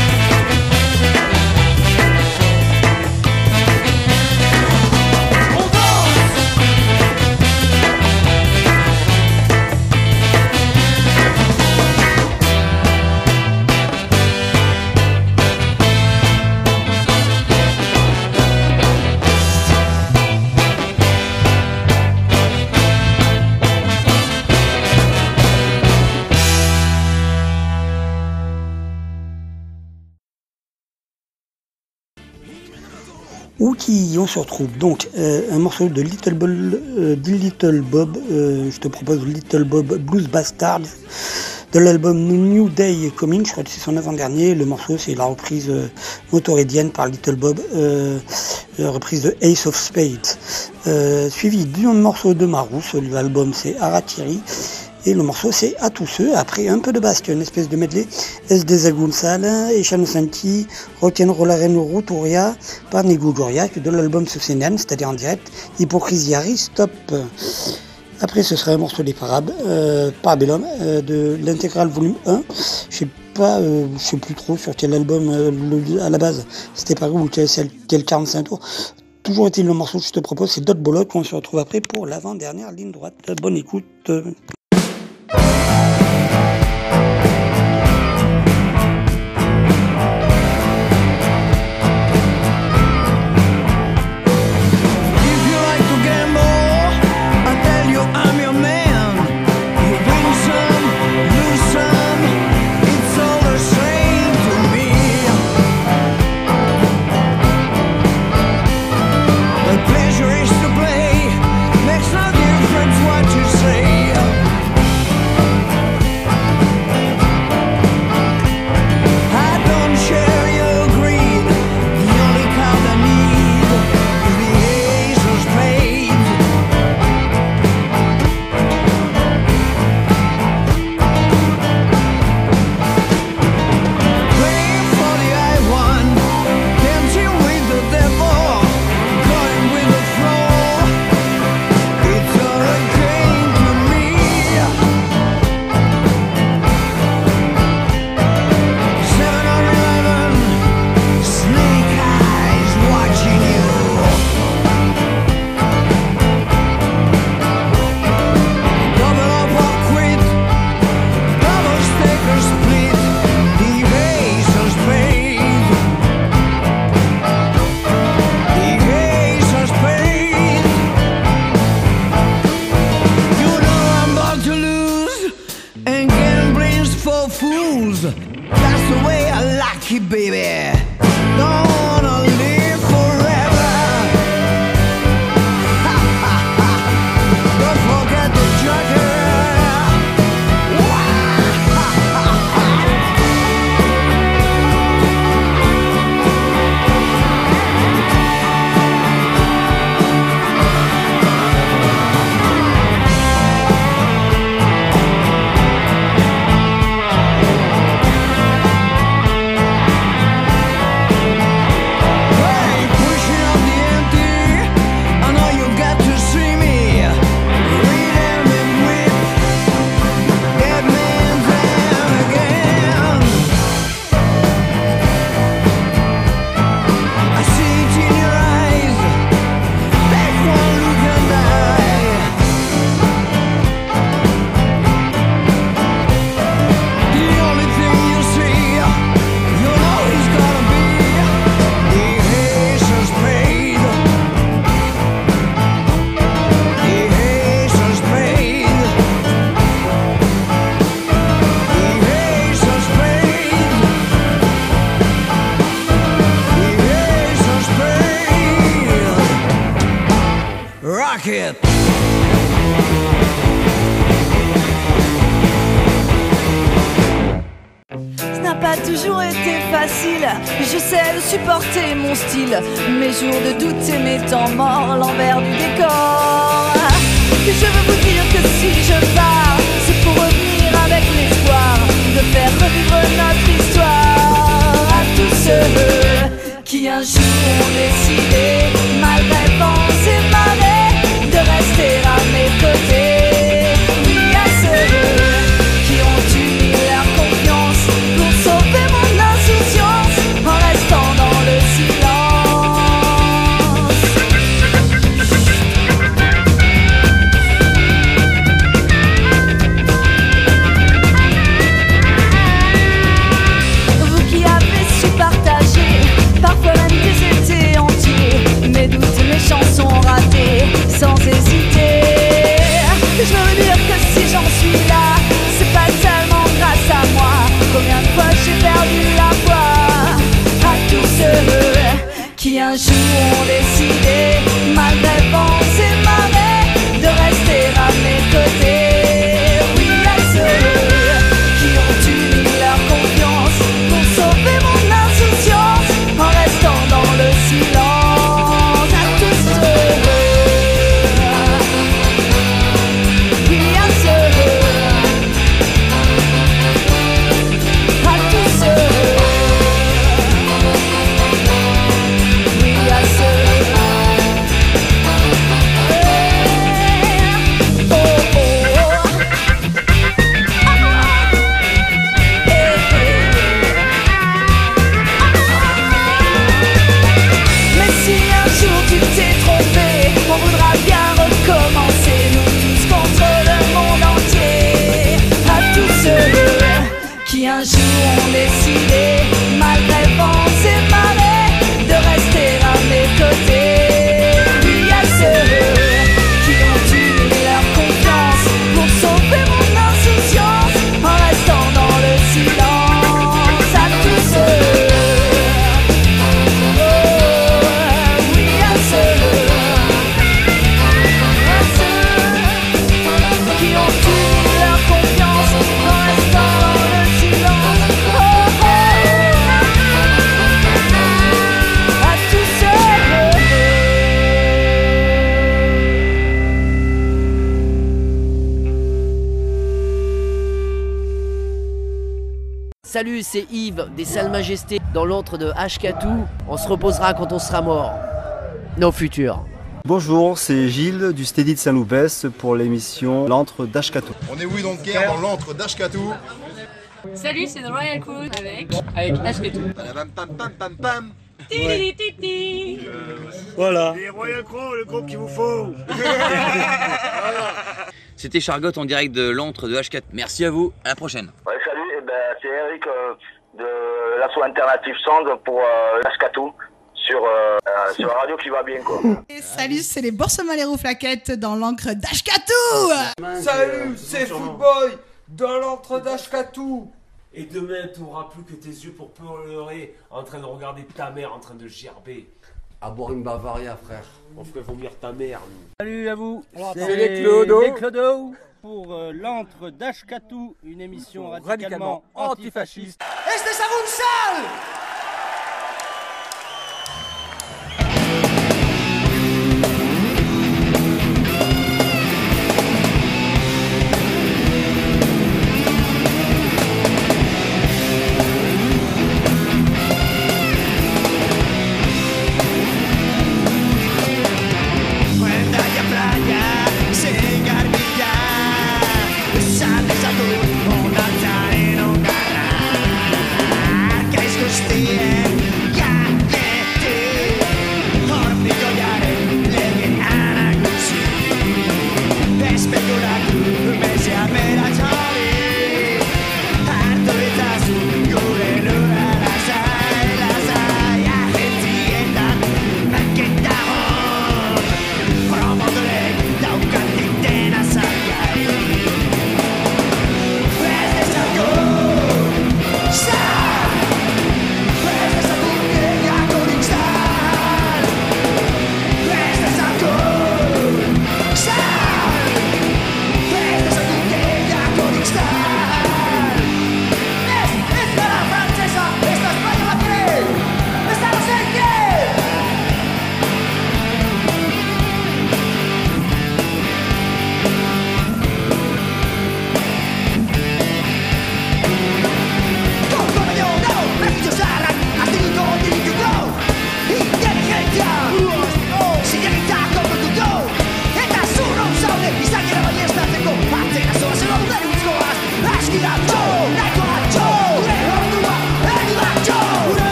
S1: Ouki, on se retrouve donc un morceau de Little Bob, je te propose Little Bob Blues Bastards de l'album New Day Coming, je crois que c'est son avant-dernier. Le morceau c'est la reprise motorédienne par Little Bob, reprise de Ace of Spades, suivi d'un morceau de Marousse. L'album c'est Harakiri et le morceau c'est À tous ceux. Après un peu de basque, une espèce de medley, Es de Zagunsal, Echano Santi, Rock'n'Rollaren Ruturia par Nego Joriak de l'album Socenan, c'est-à-dire en direct, Hypocrisiari Stop. Après ce sera un morceau des Parabes, Parabellum, de l'intégrale volume 1. Je sais plus trop sur quel album à la base c'était paru ou quel 45 tours. Toujours est-il, le morceau que je te propose c'est Dot Bollock. On se retrouve après pour l'avant-dernière ligne droite. Bonne écoute.
S2: kid.
S5: Ce n'a pas toujours été facile, je sais le supporter mon style. Mes jours de doute et mes temps morts, l'envers du décor. Je veux vous dire que si je pars, c'est pour revenir avec l'espoir de faire revivre notre histoire. À tous ceux qui un jour ont décidé, malgré vents et marées, de rester à mes côtés. Oui, à ceux qui ont uni leur confiance pour sauver mon insouciance en restant dans le silence. Vous qui avez su partager parfois même des étés entiers, mes doutes, mes chansons ratées, sans hésiter. Je veux dire que si j'en suis là, c'est pas seulement grâce à moi. Combien de fois j'ai perdu la foi. À tous ceux qui un jour ont décidé, malgré vents et marées, de rester à mes côtés. Oui, à ceux qui ont uni leur confiance pour sauver mon insouciance en restant dans le silence. À tous ceux, oui, à ceux, à tous ceux, oui, à ceux. Oh, oh, oh. Mais si un jour tu t'es trompé, on voudra bien recommencer, nous tous contre le monde entier. À tous ceux qui un jour ont décidé, malgré vents et marées, de rester à mes côtés. Oui, à ceux qui ont uni leur confiance pour sauver mon insouciance en restant dans le silence. À tous ceux, oh, oui, à ceux qui ont uni leur confiance en restant dans le silence. Oh, oh, à tous ceux.
S6: Salut, c'est Yves des Salles Majestés dans l'antre de Ashkatou. On se reposera quand on sera mort. Nos futurs.
S7: Bonjour, c'est Gilles du Steady de Saint-Loupès pour l'émission L'antre d'Ashkatou.
S8: On est oui donc guerre dans l'antre d'Ashkatou.
S9: Salut, c'est The Royal Crew avec Ashkatou.
S1: Voilà.
S8: Les Royal Crew, le groupe qu'il vous faut.
S10: C'était Chargotte en direct de l'antre de H4. Merci à vous, à la prochaine.
S11: Ouais, salut, eh ben, c'est Eric de l'asso Alternative Sound pour Ashkatou sur la radio qui va bien quoi.
S12: Et salut, c'est les Bourse-Malero Flaquettes dans l'encre d'Ashkatou.
S13: Salut, c'est Footboy dans l'antre d'Ashkatou. Et demain, tu n'auras plus que tes yeux pour pleurer en train de regarder ta mère en train de gerber.
S14: À boire une Bavaria, frère.
S13: On ferait vomir ta mère, nous.
S15: Salut à vous.
S13: C'est les Clodo.
S15: Les Clodo pour l'antre d'Ashkatou, une émission radicalement antifasciste.
S2: Este es un sal.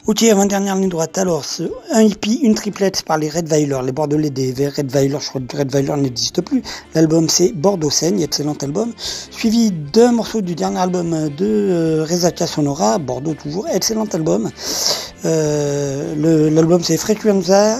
S1: Ok, avant-dernière ligne droite. Alors, un hippie, une triplette par les Redweiler, les Bordelais des Redweiler. Je crois que Redweiler n'existe plus. L'album, c'est Bordeaux-Seigne, excellent album. Suivi d'un morceau du dernier album de Rezaka Sonora, Bordeaux toujours, excellent album. L'album, c'est Frequenza.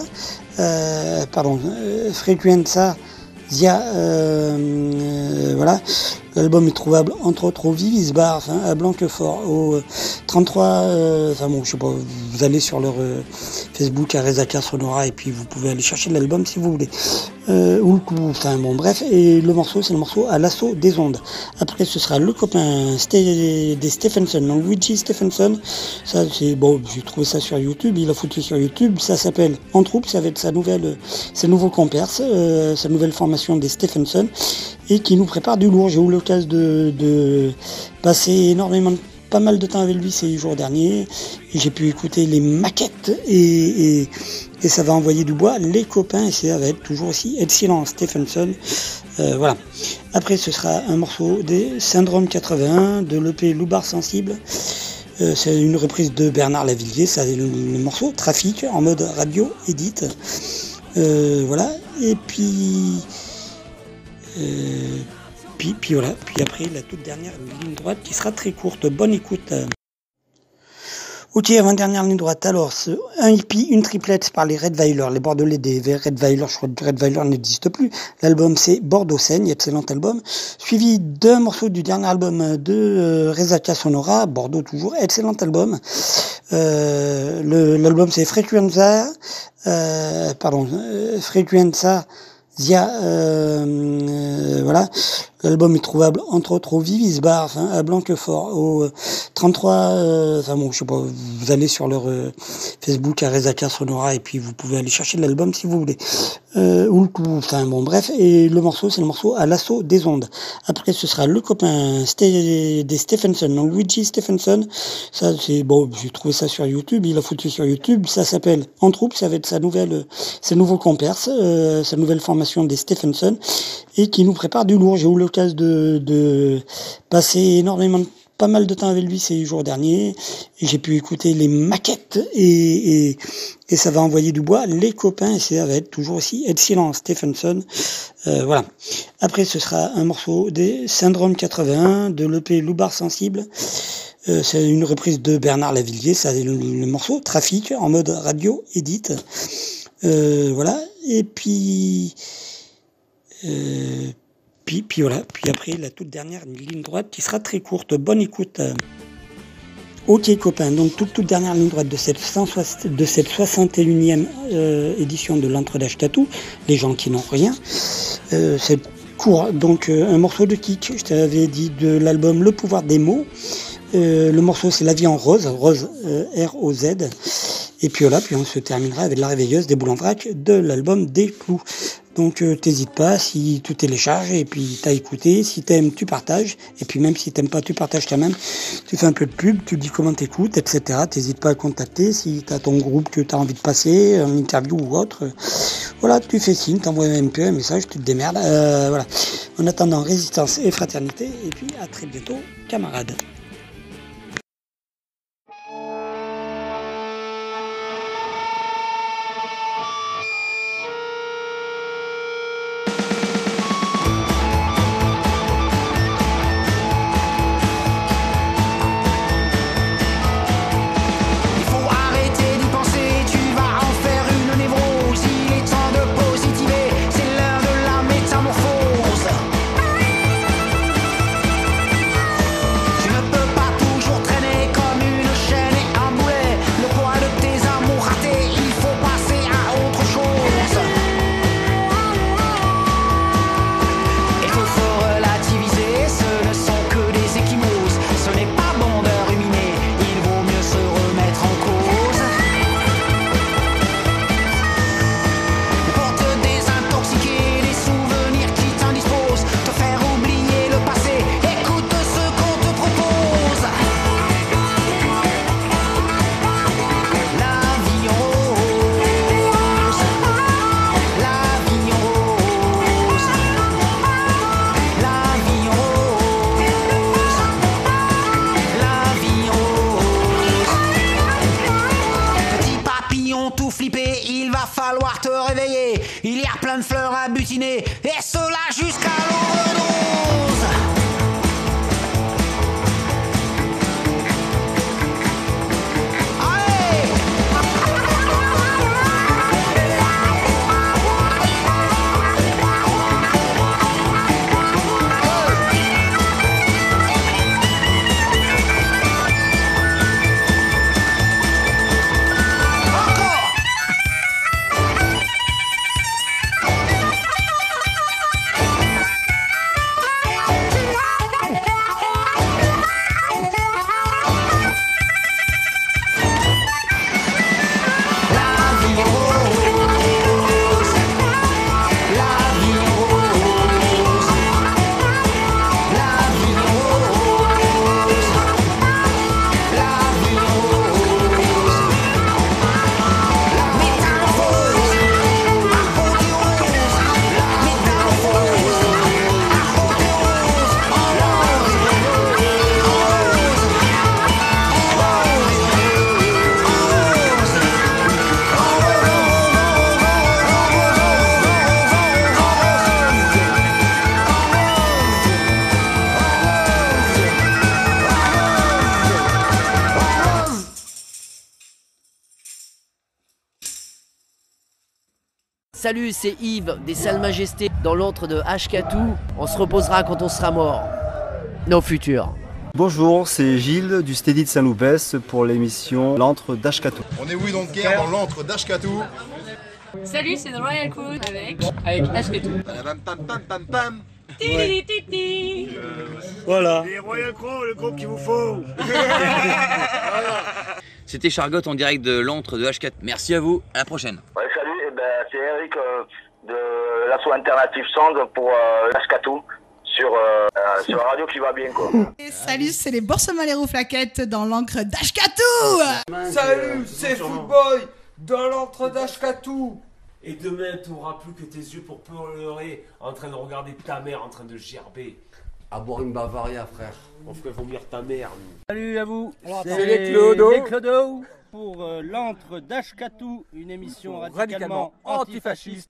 S1: Frequenza Zia. Voilà. L'album est trouvable entre autres au Vivis Bar, à Blanquefort, au 33. Enfin bon, je sais pas. Vous allez sur leur Facebook à Rezaka Sonora et puis vous pouvez aller chercher l'album si vous voulez. Enfin bon, bref. Et le morceau, c'est le morceau À l'assaut des ondes. Après, ce sera le copain des Stephenson, donc Luigi Stephenson. Ça, c'est bon. J'ai trouvé ça sur YouTube. Il a foutu sur YouTube. Ça s'appelle En troupe. Ça va être ses nouveaux compères, sa nouvelle formation des Stephenson. Et qui nous prépare du lourd. J'ai eu l'occasion de passer pas mal de temps avec lui ces jours derniers. Et j'ai pu écouter les maquettes et ça va envoyer du bois. Les copains, et ça va être toujours aussi excellent. Stephenson. Voilà. Après, ce sera un morceau des Syndrome 81 de l'EP Loubar Sensible. C'est une reprise de Bernard Lavillier. C'est le morceau Trafic en mode radio edit. Voilà. Et puis voilà, puis après la toute dernière ligne droite qui sera très courte. Bonne écoute. Ok, avant-dernière ligne droite. Alors, un hippie, une triplette par les Redweiler, les Bordelais des Redweiler. Je crois que Redweiler n'existe plus. L'album, c'est Bordeaux-Seigne, excellent album. Suivi d'un morceau du dernier album de Rezaka Sonora, Bordeaux toujours, excellent album. L'album, c'est Frequenza. Frequenza Zia. Voilà. L'album est trouvable entre autres au Vivis Bar, à Blanquefort, au 33. Enfin bon, je sais pas. Vous allez sur leur Facebook à Rezaka Sonora et puis vous pouvez aller chercher l'album si vous voulez. Enfin bon, bref. Et le morceau, c'est le morceau À l'assaut des ondes. Après, ce sera le copain des Stephenson, donc Luigi Stephenson. Ça, c'est bon. J'ai trouvé ça sur YouTube. Il a foutu sur YouTube. Ça s'appelle En troupe. Ça va être ses nouveaux compères, sa nouvelle formation des Stephenson et qui nous prépare du lourd. J'ai eu l'occasion de passer pas mal de temps avec lui ces jours derniers. Et j'ai pu écouter les maquettes et ça va envoyer du bois. Les copains, et ça va être toujours aussi excellent. Stephenson. Voilà. Après, ce sera un morceau des Syndrome 81 de l'EP Loubar Sensible. C'est une reprise de Bernard Lavillier. C'est le morceau Trafic en mode radio edit. Voilà. Et puis voilà. Puis après, la toute dernière ligne droite qui sera très courte. Bonne écoute. Ok copains, donc toute dernière ligne droite de cette 61e édition de l'Entre d'Ashkatou, les gens qui n'ont rien. C'est court, donc un morceau de kick, je t'avais dit de l'album Le Pouvoir des mots. Le morceau c'est La vie en rose, rose R-O-Z. Et puis voilà, puis on se terminera avec La réveilleuse des boules en vrac de l'album Des clous. Donc t'hésites pas, si tu télécharges et puis t'as écouté, si t'aimes tu partages, et puis même si t'aimes pas tu partages quand même, tu fais un peu de pub, tu dis comment t'écoutes, etc. T'hésites pas à contacter, si t'as ton groupe que t'as envie de passer, en interview ou autre, voilà, tu fais signe, t'envoies un message, tu te démerdes, voilà. En attendant, résistance et fraternité, et puis à très bientôt, camarades.
S16: Je ne peux
S18: Il y a plein de fleurs à butiner, et cela jusqu'à l'overdose.
S6: Salut, c'est Yves des Salles Majestés dans l'antre de Ashkatou. On se reposera quand on sera mort. Nos futurs.
S7: Bonjour, c'est Gilles du Steady de Saint-Loupès pour l'émission L'antre d'Ashkatou.
S8: On est oui donc guerre dans l'antre d'Ashkatou.
S9: Salut, c'est The Royal Crew avec Ashkatou.
S1: Voilà.
S8: Les Royal Crew, le groupe qu'il vous faut.
S10: C'était Chargotte en direct de l'antre de H4. Merci à vous, à la prochaine.
S11: Ouais, salut, c'est Eric de l'asso Alternative Sound pour Ashkatou sur la radio qui va bien quoi.
S12: Et salut, c'est les Boursemaleros Flaquettes dans l'encre d'Ashkatou.
S13: Salut, c'est Footboy dans l'antre d'Ashkatou. Et demain, tu n'auras plus que tes yeux pour pleurer en train de regarder ta mère en train de gerber.
S14: À boire une Bavaria, frère.
S13: On ferait vomir ta mère, nous.
S15: Salut à vous.
S13: C'est les Clodo.
S15: Les Clodo pour l'antre d'Ashkatou, une émission radicalement antifasciste.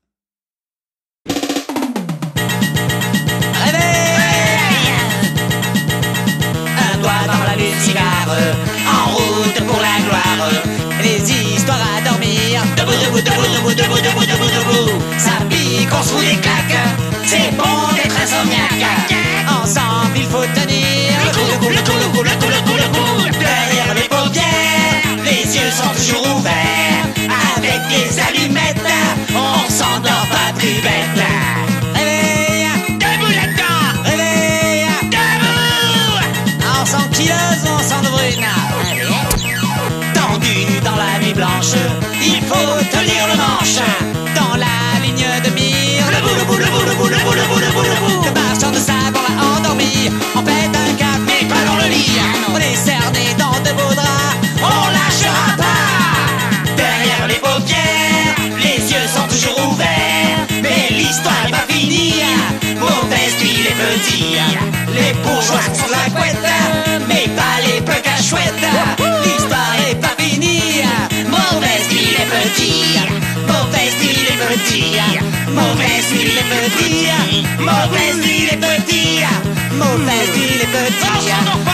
S18: Un doigt dans la cigare, en route pour la gloire. Les histoires à dormir, debout, debout, debout, debout, debout, debout, debout, debout. Ça pique, on se fout des claques, c'est bon d'être insomniaque. Ensemble il faut tenir le coup, le coup, le coup, le coup, le coup, le coup, le coup. Derrière les paupières, les yeux sont toujours ouverts. Avec les allumettes, on s'endort pas plus bête. Réveille, debout là-dedans. Réveille, debout. On sent kilos, on sent de brune. Tendu dans la nuit blanche, il faut tenir le manche. Dans la ligne de mire, le bout, le bout, le bout, le bout, le bout, le bout, le bout, le bout. Le marchand de sable, on l'a endormi. On pète un câble, mais pas dans le lit. On est cerné dans de beaux draps, on lâchera pas. Derrière les paupières, les yeux sont toujours ouverts. Mais l'histoire est pas finie. Mauvaise nuit les petits. Les bourgeois sont la couette, mais pas les peu cachouettes. L'histoire est pas finie. Mauvaise nuit les petits. Mauvaise nuit les petits. Mauvaise nuit les petits. Mauvaise nuit les petits. Mauvaise nuit les petits.